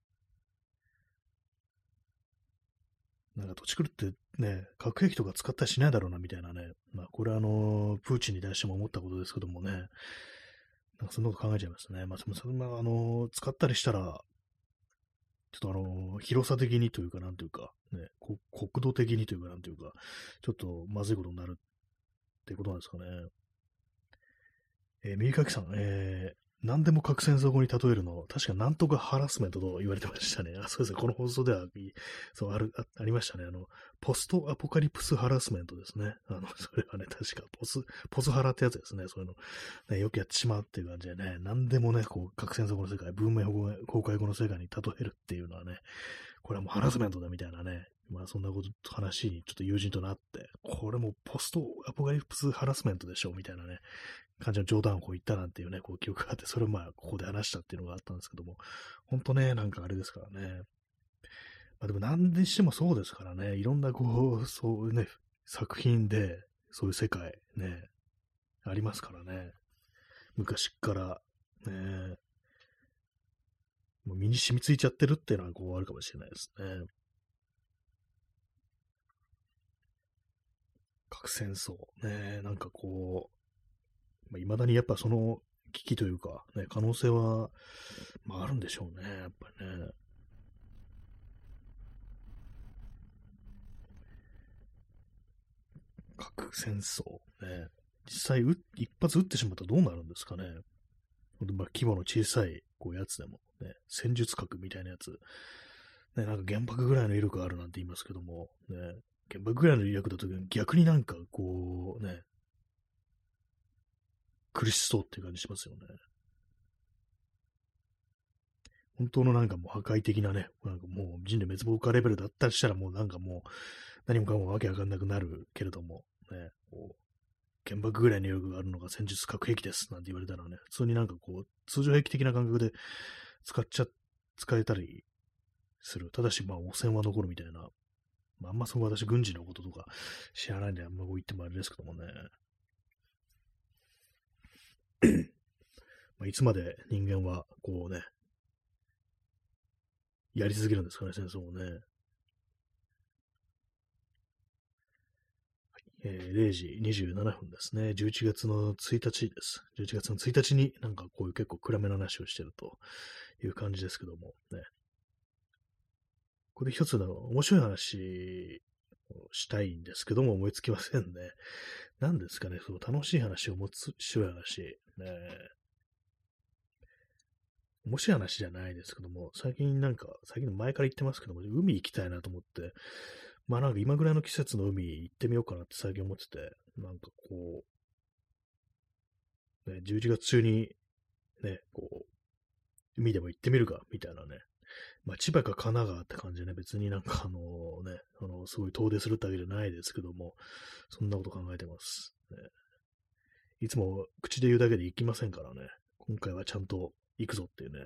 Speaker 1: なんか土地狂ってね、核兵器とか使ったりしないだろうなみたいなね、まあ、これはあの、プーチンに対しても思ったことですけどもね、なんかそんなこと考えちゃいますね。まあ、その、そんなあの、使ったりしたら、ちょっとあの、広さ的にというか、なんというか、ね、こ国土的にというか、なんというか、ちょっとまずいことになるっていうことなんですかね。えー、右かきさん、えー、何でも核戦争後に例えるの、確かなんとかハラスメントと言われてましたね。あ、そうですね。この放送では、そう、ある、あ、ありましたね。あの、ポストアポカリプスハラスメントですね。あの、それはね、確か、ポス、ポスハラってやつですね。そういうの、ね、よくやってしまうっていう感じでね、何でもね、こう、核戦争後の世界、文明崩壊後の世界に例えるっていうのはね、これはもうハラスメントだみたいなね、まあそんなこと、話にちょっと友人となって、これもうポストアポカリプスハラスメントでしょみたいなね、感じの冗談をこう言ったなんていうね、こう記憶があって、それをまあここで話したっていうのがあったんですけども、ほんとね、なんかあれですからね。まあでも何にしてもそうですからね、いろんなこう、そういうね、作品で、そういう世界ね、ありますからね。昔っから、ね、もう身に染みついちゃってるっていうのはこうあるかもしれないですね。核戦争。ね、なんかこう、まあ、未だにやっぱその危機というか、ね、可能性は、まああるんでしょうね。やっぱりね。核戦争。ね。実際う、一発撃ってしまったらどうなるんですかね。まあ、規模の小さいこうやつでも、ね、戦術核みたいなやつ。ね、なんか原爆ぐらいの威力があるなんて言いますけども、ね、原爆ぐらいの威力だと逆になんかこうね、苦しそうっていう感じしますよね。本当のなんかもう破壊的なね、なんかもう人類滅亡化レベルだったりしたらもうなんかもう何もかもわけわかんなくなるけれども、ね、こう原爆ぐらいの威力があるのが戦術核兵器ですなんて言われたらね、普通になんかこう通常兵器的な感覚で使っちゃ、使えたりする。ただしまあ汚染は残るみたいな。まあ、あんまそう私軍事のこととか知らないんであんまこう言ってもあれですけどもね。まあ、いつまで人間はこうね、やり続けるんですかね、戦争をね。 えー、れいじにじゅうななふんですね。じゅういちがつのついたちです。じゅういちがつのついたちになんかこういう結構暗めの話をしてるという感じですけども、ね。これ一つの面白い話をしたいんですけども思いつきませんね。何ですかね、そう楽しい話を持つ、白い話。ね、面白い話じゃないですけども、最近なんか、最近の前から言ってますけども、海行きたいなと思って、まあなんか今ぐらいの季節の海行ってみようかなって最近思ってて、なんかこう、ね、じゅういちがつ中にね、こう、海でも行ってみるか、みたいなね。まあ千葉か神奈川って感じでね、別になんかあのね、あの、すごい遠出するってわけじゃないですけども、そんなこと考えてます。ね、いつも口で言うだけで行きませんからね、今回はちゃんと行くぞっていうね。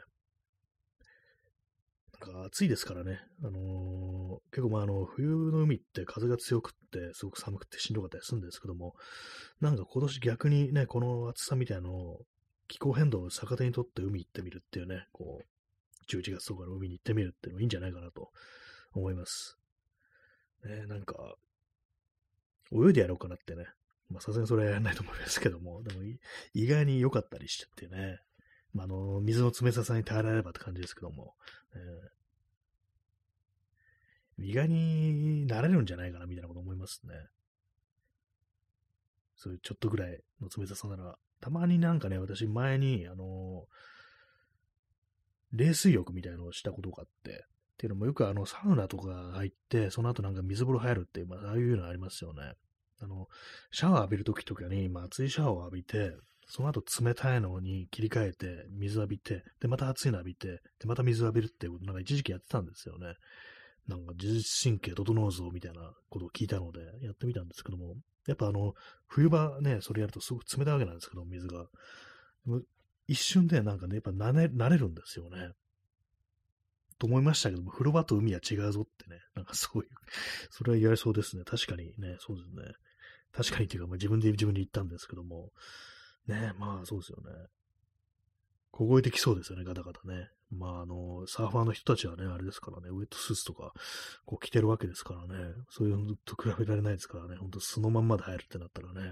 Speaker 1: なんか暑いですからね。あのー結構まああの、冬の海って風が強くって、すごく寒くてしんどかったりするんですけども、なんか今年逆にね、この暑さみたいなのを気候変動を逆手にとって海行ってみるっていうね、こう、じゅういちがつとかの海に行ってみるっていうのもいいんじゃないかなと思います。ね、なんか、泳いでやろうかなってね。まあさすがにそれはやらないと思いますけども、でも意外に良かったりしてってね、まあ、あの、水の冷たさに耐えられればって感じですけども、えー、意外になれるんじゃないかなみたいなこと思いますね。そういうちょっとぐらいの冷たさなら、たまになんかね、私前に、あの、冷水浴みたいなのをしたことがあって、っていうのもよくあの、サウナとか入って、その後なんか水風呂入るっていう、まあ、ああいうのありますよね。あの、シャワー浴びるときとかに、まあ、熱いシャワーを浴びて、その後冷たいのに切り替えて、水浴びて、で、また熱いの浴びて、で、また水浴びるっていうことなんか一時期やってたんですよね。なんか自律神経整うぞみたいなことを聞いたので、やってみたんですけども、やっぱあの、冬場ね、それやるとすごく冷たいわけなんですけど、水が。一瞬でなんかね、やっぱ慣れ、慣れるんですよね。と思いましたけども、風呂場と海は違うぞってね、なんかそういう、それは言われそうですね。確かにね、そうですね。確かにっていうか、まあ、自分で自分で言ったんですけども、ね、まあそうですよね。凍えてきそうですよね、ガタガタね。まあ、あの、サーファーの人たちはね、あれですからね、ウェットスーツとか、こう着てるわけですからね、そういうのと比べられないですからね、ほんと素のまんまで入るってなったらね、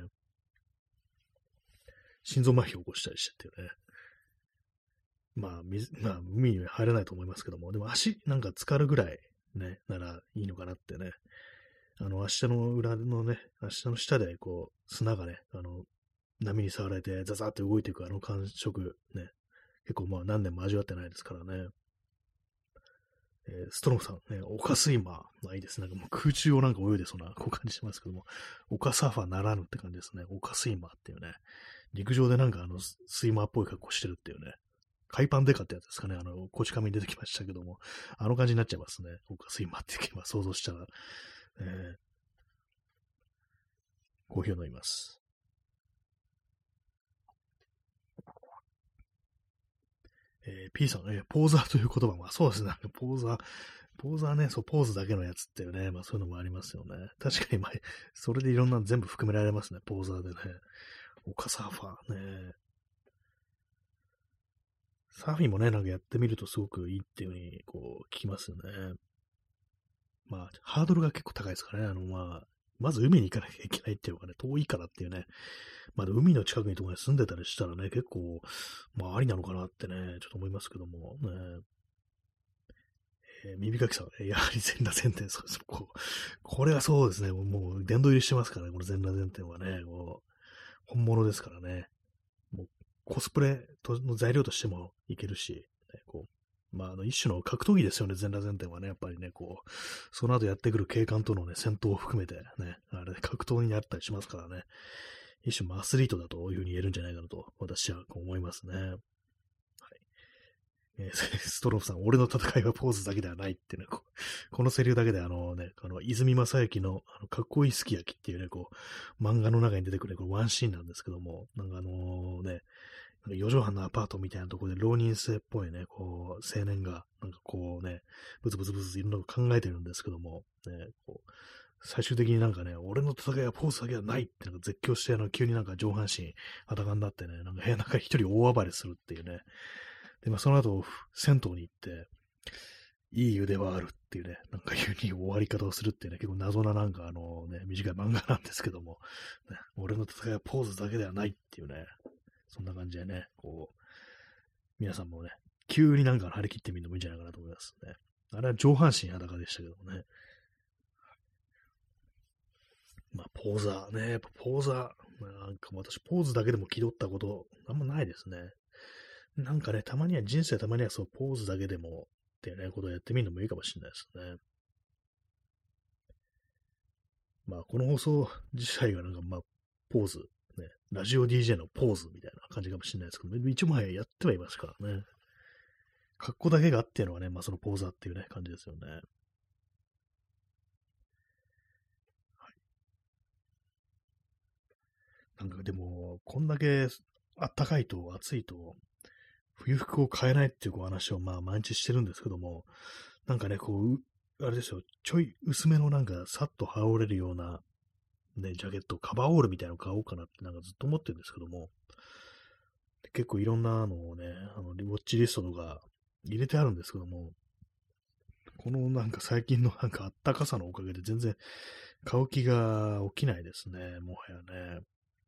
Speaker 1: 心臓麻痺を起こしたりしてっていうね。まあ、水、まあ、海には入らないと思いますけども、でも足なんか浸かるぐらいね、ならいいのかなってね。あの、足の裏のね、足の下でこう、砂がね、あの、波に触られてザザって動いていくあの感触、ね、結構まあ何年も味わってないですからね。えー、ストロムさん、ね、オカスイマー、まあいいですね。なんかもう空中をなんか泳いでそうな、こう感じしますけども、オカサーファーならぬって感じですね。オカスイマーっていうね、陸上でなんかあの、スイマーっぽい格好してるっていうね、海パンデカってやつですかね。あの、こち亀に出てきましたけども、あの感じになっちゃいますね。オカスイマーって言えば想像したら、えー、コーヒーを飲みます。えー、P さん、えー、ポーザーという言葉も、そうですね。ポーザー、ポーザーね、そう、ポーズだけのやつっていうね、まあそういうのもありますよね。確かに、まあ、それでいろんなの全部含められますね、ポーザーでね。オカサーファーね。サーフィンもね、なんかやってみるとすごくいいっていうふうに、こう、聞きますよね。まあ、ハードルが結構高いですからね。あの、まあ、まず海に行かなきゃいけないっていうのがね、遠いからっていうね。まあ、海の近くにとかに住んでたりしたらね、結構、まあ、ありなのかなってね、ちょっと思いますけども、ね。えー、耳かきさん、やはり全裸前転、そうです。こう、これはそうですね、もう、殿堂入りしてますからね、この全裸前転はね、こう、本物ですからね。もう、コスプレの材料としてもいけるし、ね、こう、まあ、あの、一種の格闘技ですよね、全裸前転はね、やっぱりね、こう、その後やってくる警官とのね、戦闘を含めてね、あれ、格闘になったりしますからね、一種のアスリートだというふうに言えるんじゃないかなと、私は思いますね。えー、ストローフさん、俺の戦いはポーズだけではないってね、ここのセリフだけであのね、あの、泉正幸のあのかっこいいすき焼きっていうね、こう、漫画の中に出てくる、ね、このワンシーンなんですけども、なんかあのね、四畳半のアパートみたいなところで浪人生っぽいね、こう、青年が、なんかこうね、ブツブツブツいろんなこと考えてるんですけども、ね、こう、最終的になんかね、俺の戦いはポーズだけではないってなんか絶叫して、あの、急になんか上半身裸になってね、なんか部屋の中一人大暴れするっていうね、で、まあ、その後、銭湯に行って、 いい腕はあるっていうね、なんかいうに終わり方をするっていうね、結構謎ななんかあのね、短い漫画なんですけども、ね、俺の戦いはポーズだけではないっていうね、そんな感じでね、こう、皆さんもね、急になんか張り切ってみるのもいいんじゃないかなと思いますね。あれは上半身裸でしたけどもね。まあ、ポーザーね、やっぱポーザー、なんか私、ポーズだけでも気取ったこと、あんまないですね。なんかね、たまには、人生たまにはそう、ポーズだけでも、っていうね、ことをやってみるのもいいかもしれないですね。まあ、この放送自体がなんか、まあ、ポーズ、ね、ラジオ ディージェー のポーズみたいな感じかもしれないですけど、一応前やってはいますからね。格好だけがあっていうのはね、まあ、そのポーザーっていうね、感じですよね。なんかでも、こんだけ暖かいと暑いと、冬服を買えないっていうお話をまあ毎日してるんですけども、なんかね、こう、あれですよ、ちょい薄めのなんかさっと羽織れるようなね、ジャケット、カバーオールみたいなの買おうかなってなんかずっと思ってるんですけども、結構いろんなのをね、あの、ウォッチリストとか入れてあるんですけども、このなんか最近のなんかあったかさのおかげで全然買う気が起きないですね、もはやね。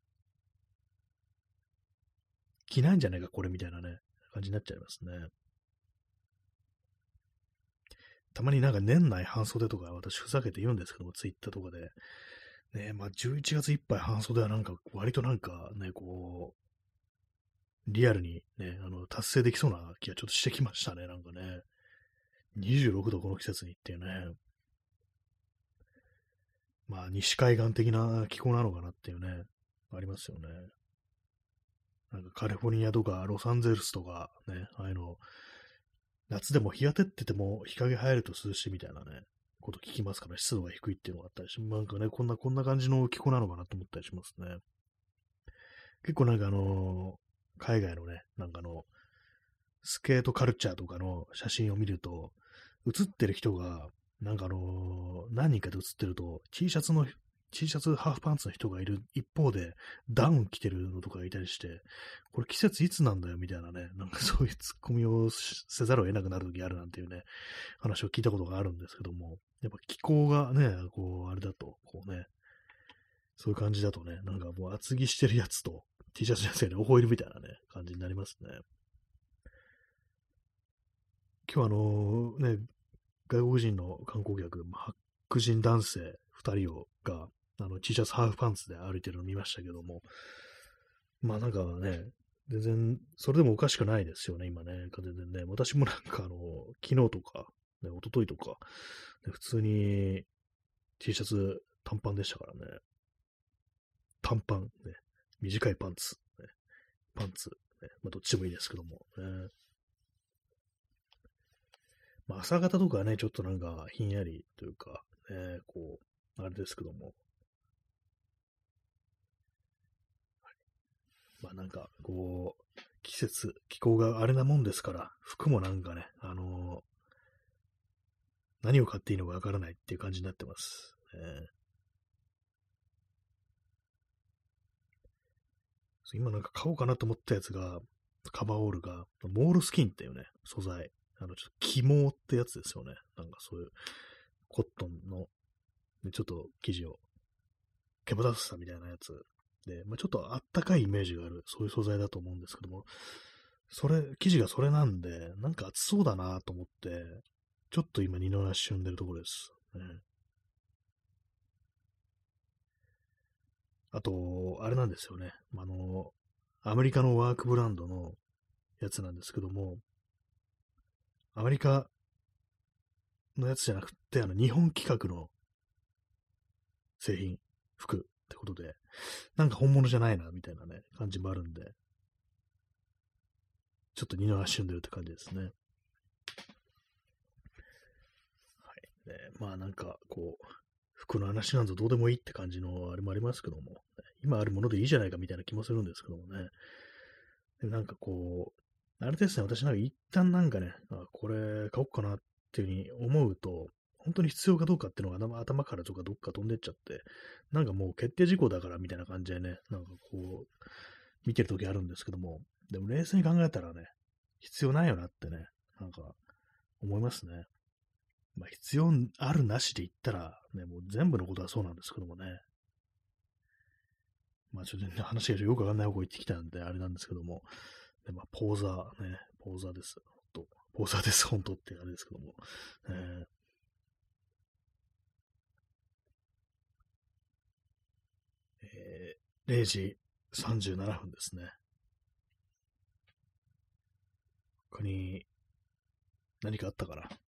Speaker 1: 着ないんじゃないか、これみたいなね、感じになっちゃいますね。たまになんか年内半袖とか私ふざけて言うんですけども、ツイッターとかで。ね、まあじゅういちがついっぱい半袖はなんか割となんかね、こう、リアルにね、あの、達成できそうな気がちょっとしてきましたね、なんかね。にじゅうろくどこの季節にっていうね。まあ西海岸的な気候なのかなっていうね、ありますよね。なんかカリフォルニアとかロサンゼルスとかね、ああいうの、夏でも日当てってても日陰入ると涼しいみたいなね、こと聞きますから、湿度が低いっていうのがあったりし、なんかね、こんな、こんな感じの気候なのかなと思ったりしますね。結構なんかあのー海外のね、なんかあの、スケートカルチャーとかの写真を見ると、写ってる人が、なんかあのー何人かで写ってると、T シャツの、T シャツハーフパンツの人がいる一方で、ダウン着てるのとかがいたりして、これ季節いつなんだよみたいなね、なんかそういうツッコミをせざるを得なくなる時あるなんていうね、話を聞いたことがあるんですけども、やっぱ気候がね、こう、あれだと、こうね、そういう感じだとね、なんかもう厚着してるやつと T シャツのやつがね、覚えるみたいなね、感じになりますね。今日あのね、外国人の観光客、白人男性ふたりをが、あの、T シャツハーフパンツで歩いてるのを見ましたけども、まあなんかね、全然、それでもおかしくないですよね、今ね、全然ね。私もなんかあの、昨日とか、ね、一昨日とか、ね、普通に T シャツ短パンでしたからね。短パン、ね、短いパンツ、ね、パンツ、ね、まあどっちでもいいですけども、ね。まあ朝方とかはね、ちょっとなんかひんやりというか、ね、こう、あれですけども、まあなんか、こう、季節、気候があれなもんですから、服もなんかね、あのー何を買っていいのかわからないっていう感じになってます。えー今なんか買おうかなと思ったやつが、カバーオールが、モールスキンっていうね、素材。あの、ちょっと起毛ってやつですよね。なんかそういう、コットンの、でちょっと生地を、毛羽立たせたみたいなやつ。で、まあ、ちょっとあったかいイメージがある、そういう素材だと思うんですけども、それ、生地がそれなんで、なんか暑そうだなと思って、ちょっと今二の足踏んでるところです。ね、あと、あれなんですよね。あの、アメリカのワークブランドのやつなんですけども、アメリカのやつじゃなくて、あの、日本規格の製品、服ってことで、なんか本物じゃないな、みたいなね、感じもあるんで、ちょっと二の足踏んでるって感じですね。はい。ね、まあなんか、こう、服の話なんぞどうでもいいって感じのあれもありますけども、今あるものでいいじゃないかみたいな気もするんですけどもね。でなんかこう、あれですね、私なんか一旦なんかね、あ、これ買おうかなっていうふうに思うと、本当に必要かどうかっていうのが頭頭からとかどっか飛んでっちゃって、なんかもう決定事項だからみたいな感じでね、なんかこう、見てるときあるんですけども、でも冷静に考えたらね、必要ないよなってね、なんか思いますね。 まあ、必要あるなしで言ったら、ね、もう全部のことはそうなんですけどもね。まあ、ちょっと、ね、話がよくわかんない方向行ってきたんで、あれなんですけども。でまあ、ポーザーね、ポーザーです。本当ポーザーです、本当ってあれですけども。えーえー、れいじさんじゅうななふんですね。他に何かあったかな。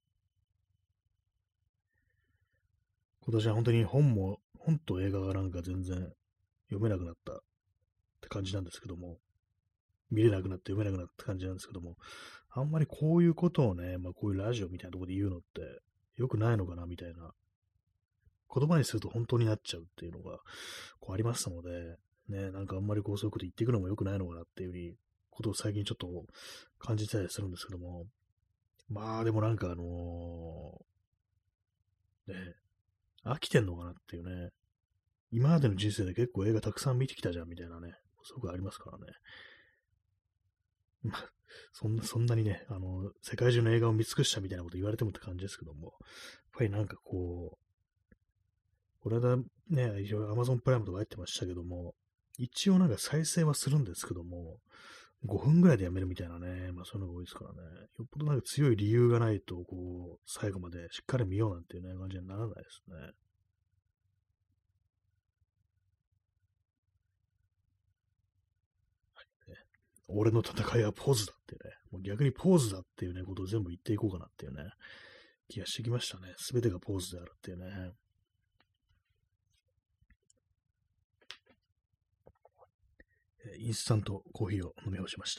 Speaker 1: 今年は本当に本も、本と映画がなんか全然読めなくなったって感じなんですけども、見れなくなって読めなくなった感じなんですけども、あんまりこういうことをね、まあこういうラジオみたいなところで言うのって良くないのかなみたいな、言葉にすると本当になっちゃうっていうのがこうありましたので、ね、なんかあんまりこうそういうこと言っていくのも良くないのかなっていうふうに、ことを最近ちょっと感じたりするんですけども、まあでもなんかあのーね、飽きてんのかなっていうね、今までの人生で結構映画たくさん見てきたじゃんみたいなね、すごくありますからね。まあ、そんな、そんなにね、あの、世界中の映画を見尽くしたみたいなこと言われてもって感じですけども、やっぱりなんかこう、これだね、一応 Amazon プライムとか入ってましたけども、一応なんか再生はするんですけども、ごふんぐらいでやめるみたいなね、まあそういうのが多いですからね、よっぽどなんか強い理由がないと、こう、最後までしっかり見ようなんていうね、感じにならないですね。ね俺の戦いはポーズだっていうね、もう逆にポーズだっていうね、ことを全部言っていこうかなっていうね、気がしてきましたね。すべてがポーズであるっていうね。インスタントコーヒーを飲み干しました。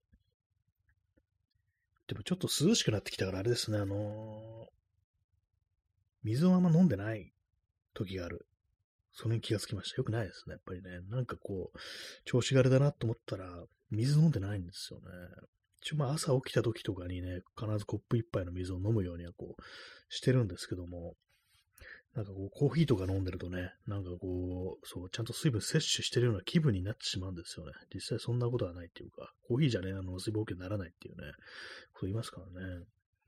Speaker 1: でもちょっと涼しくなってきたからあれですね、あのー、水をあんま飲んでない時がある。それに気がつきました。よくないですね、やっぱりね。なんかこう、調子があれだなと思ったら、水飲んでないんですよね。一応まあ朝起きた時とかにね、必ずコップ一杯の水を飲むようにはこう、してるんですけども、なんかこう、コーヒーとか飲んでるとね、なんかこう、そう、ちゃんと水分摂取してるような気分になってしまうんですよね。実際そんなことはないっていうか、コーヒーじゃね、あの、水分補給にならないっていうね、こと言いますからね。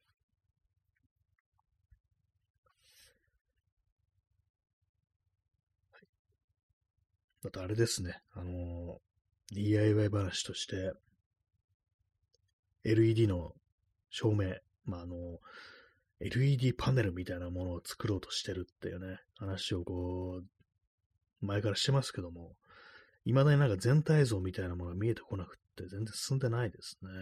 Speaker 1: あとあれですね、あの、ディーアイワイ 話として、エルイーディー の照明、まあ、あの、エルイーディー パネルみたいなものを作ろうとしてるっていうね、話をこう、前からしてますけども、未だになんか全体像みたいなものが見えてこなくって、全然進んでないですね。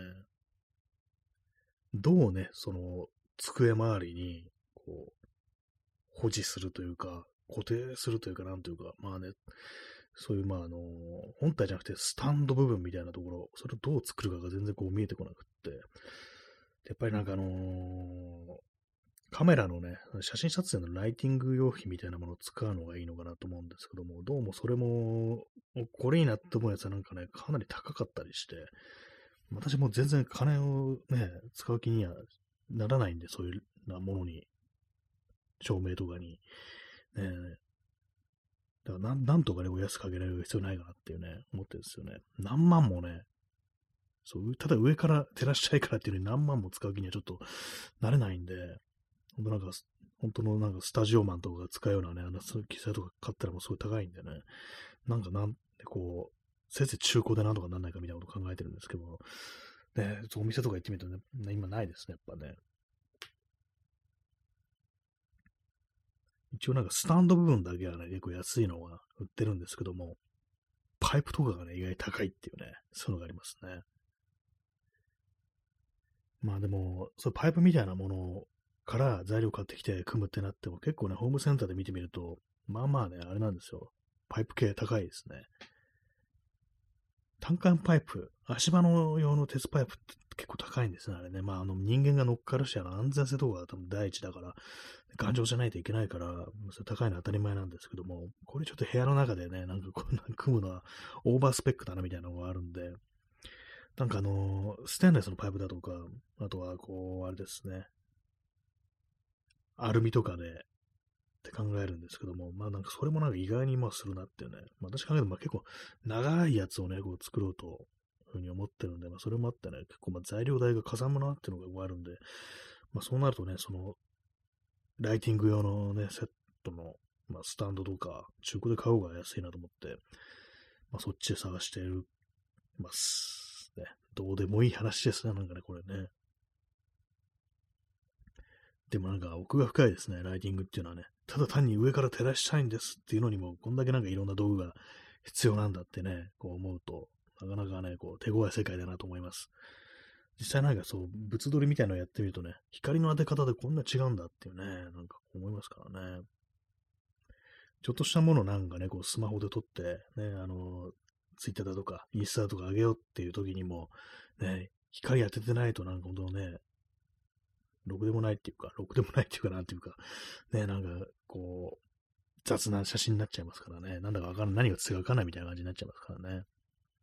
Speaker 1: どうね、その、机周りに、こう、保持するというか、固定するというか、なんというか、まあね、そういう、まあ、あの、本体じゃなくて、スタンド部分みたいなところ、それをどう作るかが全然こう見えてこなくって、やっぱりなんかあのーカメラのね、写真撮影のライティング用品みたいなものを使うのがいいのかなと思うんですけども、どうもそれも、これいいなって思うやつはなんかね、かなり高かったりして、私も全然金をね、使う気にはならないんで、そういうなものに、照明とかに。ね、だからなん、なんとかね、お安く上げられる必要ないかなっていうね、思ってるんですよね。何万もね、そう、ただ上から照らしたいからっていうのに何万も使う気にはちょっとなれないんで、本当なんか、本当のなんかスタジオマンとかが使うようなね、あの機材とか買ったらもうすごい高いんでね、なんかなんでこう、せいぜい中古でなんとかなんないかみたいなこと考えてるんですけど、ね、お店とか行ってみるとね、今ないですね、やっぱね。一応なんかスタンド部分だけはね、結構安いのが売ってるんですけども、パイプとかがね、意外に高いっていうね、そういうのがありますね。まあでも、そうパイプみたいなものから材料買ってきて組むってなっても結構ね、ホームセンターで見てみると、まあまあね、あれなんですよ。パイプ系高いですね。単管パイプ、足場の用の鉄パイプって結構高いんですね、あれね。まあ、あの人間が乗っかるし、あの安全性とかが多分第一だから、頑丈じゃないといけないから、それ高いのは当たり前なんですけども、これちょっと部屋の中でね、なんかこう、組むのはオーバースペックだなみたいなのがあるんで、なんかあのーステンレスのパイプだとか、あとはこう、あれですね、アルミとかでって考えるんですけども、まあなんかそれもなんか意外にまあするなっていうね、まあ私考えるとまあ結構長いやつをね、こう作ろうというふうに思ってるんで、まあそれもあってね、結構まあ材料代がかさむなっていうのがあるんで、まあそうなるとね、そのライティング用のね、セットの、まあ、スタンドとか、中古で買う方が安いなと思って、まあ、そっちで探してるます。ね。どうでもいい話ですね、なんかね、これね。でもなんか奥が深いですね、ライティングっていうのはね。ただ単に上から照らしたいんですっていうのにも、こんだけなんかいろんな道具が必要なんだってね、こう思うと、なかなかね、こう手強い世界だなと思います。実際なんかそう、物撮りみたいなのやってみるとね、光の当て方でこんな違うんだっていうね、なんか思いますからね。ちょっとしたものなんかね、こうスマホで撮って、ね、あの、ツイッターだとか、インスタとか上げようっていう時にも、ね、光当ててないとなんか本当ね、ろくでもないっていうか、ろくでもないっていうか、なんていうか、ね、なんか、こう、雑な写真になっちゃいますからね。なんだかわかんない、何が違うかなみたいな感じになっちゃいますからね。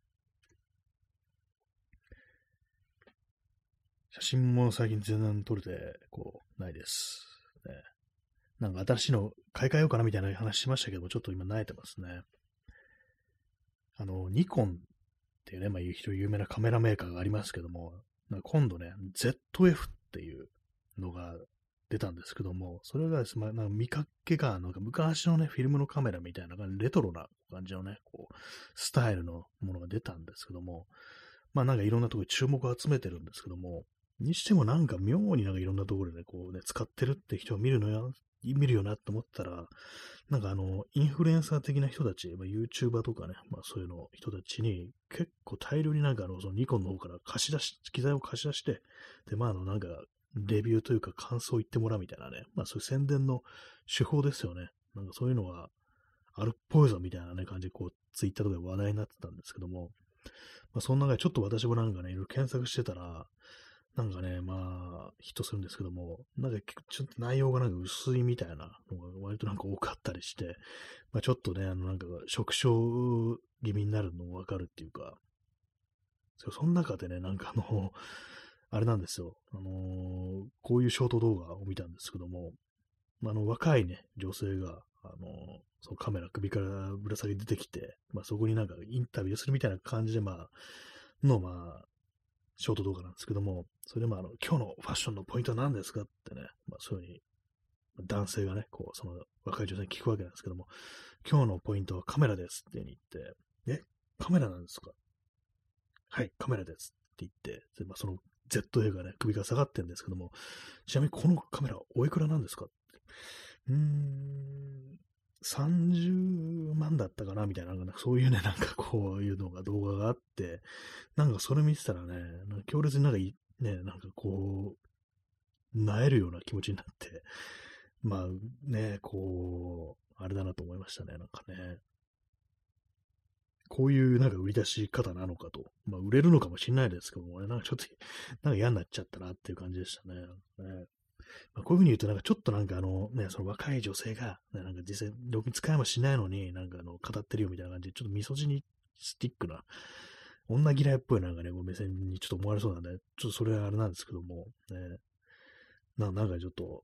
Speaker 1: 写真も最近全然撮れて、こう、ないです。ね、なんか新しいの買い替えようかなみたいな話しましたけども、ちょっと今慣れてますね。あの、ニコンっていうね、まあ、有名なカメラメーカーがありますけども、なんか今度ね、ゼットエフ っていうのが出たんですけども、それがですね、まあ、なんか見かけが、なんか昔のね、フィルムのカメラみたいな、レトロな感じのね、こう、スタイルのものが出たんですけども、まあなんかいろんなところに注目を集めてるんですけども、にしてもなんか妙になんかいろんなところでね、こうね、使ってるって人を見るのよ、見るよなって思ったら、なんかあの、インフルエンサー的な人たち、まあ、YouTuber とかね、まあそういうの人たちに結構大量になんかあの、そのニコンの方から貸し出し、機材を貸し出して、で、まああのなんか、レビューというか感想を言ってもらうみたいなね、まあそういう宣伝の手法ですよね。なんかそういうのがあるっぽいぞみたいなね、感じでこう、ツイッターとかで話題になってたんですけども、まあそんな中でちょっと私もなんかね、いろいろ検索してたら、なんかね、まあ、ヒットするんですけども、なんかちょっと内容がなんか薄いみたいなのが割となんか多かったりして、まあちょっとね、あのなんか食傷気味になるのもわかるっていうか、その中でね、なんかあの、あれなんですよ、あのーこういうショート動画を見たんですけども、まあ、あの若いね、女性が、あのーそのカメラ首からぶら下げ出てきて、まあ、そこになんかインタビューするみたいな感じで、まあ、の、まあ、ショート動画なんですけども、それでまあ、あの、今日のファッションのポイントは何ですかってね、まあ、そういうふうに、男性がね、こう、その若い女性に聞くわけなんですけども、今日のポイントはカメラですって言って、え、カメラなんですか？はい、カメラですって言って、でまあ、その ゼットエー がね、首が下がってるんですけども、ちなみにこのカメラおいくらなんですか？うーん、さんじゅうまんだったかなみたいな、なんかそういうね、なんかこういうのが動画があって、なんかそれ見てたらね、なんか強烈になんかい、ね、なんかこう、萎えるような気持ちになって、まあね、こう、あれだなと思いましたね、なんかね。こういうなんか売り出し方なのかと。まあ売れるのかもしれないですけどもね、なんかちょっと、なんか嫌になっちゃったなっていう感じでしたね。ね、まあ、こういうふうに言うと、なんかちょっとなんかあのね、その若い女性が、ね、なんか実際、ろくに使いもしないのに、なんかあの、語ってるよみたいな感じで、ちょっとミソジニスティックな、女嫌いっぽいなんかね、こう目線にちょっと思われそうなんで、ちょっとそれはあれなんですけども、ね、ななんかちょっと、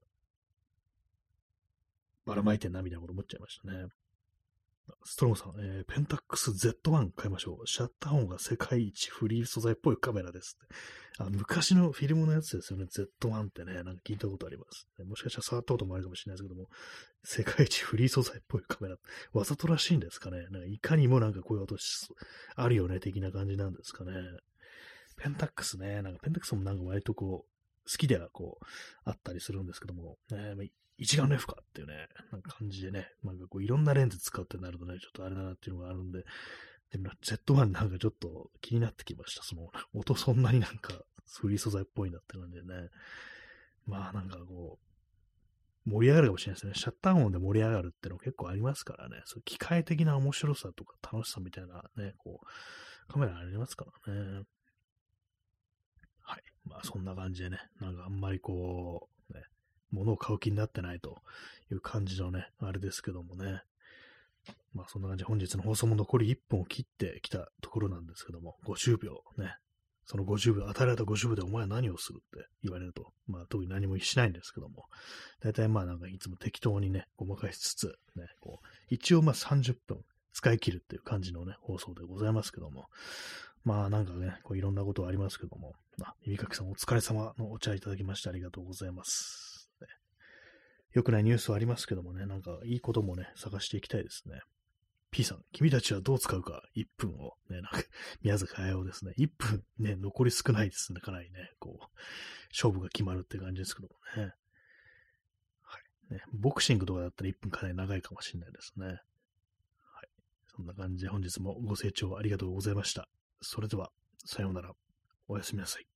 Speaker 1: ばらまいてんなみたいなこと思っちゃいましたね。ストロムさん、えー、ペンタックス ゼットワン 買いましょう。シャッター音が世界一フリー素材っぽいカメラですって。あ、昔のフィルムのやつですよね。ゼットワン ってね、なんか聞いたことあります。もしかしたら触ったこともあるかもしれないですけども、世界一フリー素材っぽいカメラ、わざとらしいんですかね。なんかいかにもなんかこういう音あるよね、的な感じなんですかね。ペンタックスね、なんかペンタックスもなんか割とこう、好きではこう、あったりするんですけども、ね、一眼レフかっていうね、なんか感じでね、なんかこういろんなレンズ使うってなるとね、ちょっとあれだなっていうのがあるんで、でも ゼットワン なんかちょっと気になってきました。その音そんなになんかフリー素材っぽいなって感じでね。まあなんかこう、盛り上がるかもしれないですね。シャッター音で盛り上がるっていうの結構ありますからね。そう機械的な面白さとか楽しさみたいなね、こう、カメラありますからね。はい。まあそんな感じでね、なんかあんまりこう、ね、物を買う気になってないという感じのね、あれですけどもね。まあそんな感じで本日の放送も残りいっぽんを切ってきたところなんですけども、ごじゅうびょうね。そのごじゅうびょう、与えられたごじゅうびょうでお前は何をするって言われると、まあ特に何もしないんですけども、大体まあなんかいつも適当にね、ごまかしつつ、ね、こう、一応まあさんじゅっぷん使い切るっていう感じのね、放送でございますけども、まあなんかね、こういろんなことありますけども、あ、耳かきさんお疲れ様のお茶いただきましてありがとうございます。ね、 良くないニュースはありますけどもね、なんかいいこともね、探していきたいですね。P さん、君たちはどう使うか、いっぷんを。ね、なんか、宮崎駿ですね。いっぷんね、残り少ないですね。かなりね、こう、勝負が決まるって感じですけどもね。はい。ね、ボクシングとかだったらいっぷんかなり長いかもしれないですね。はい。そんな感じで本日もご清聴ありがとうございました。それでは、さようなら。おやすみなさい。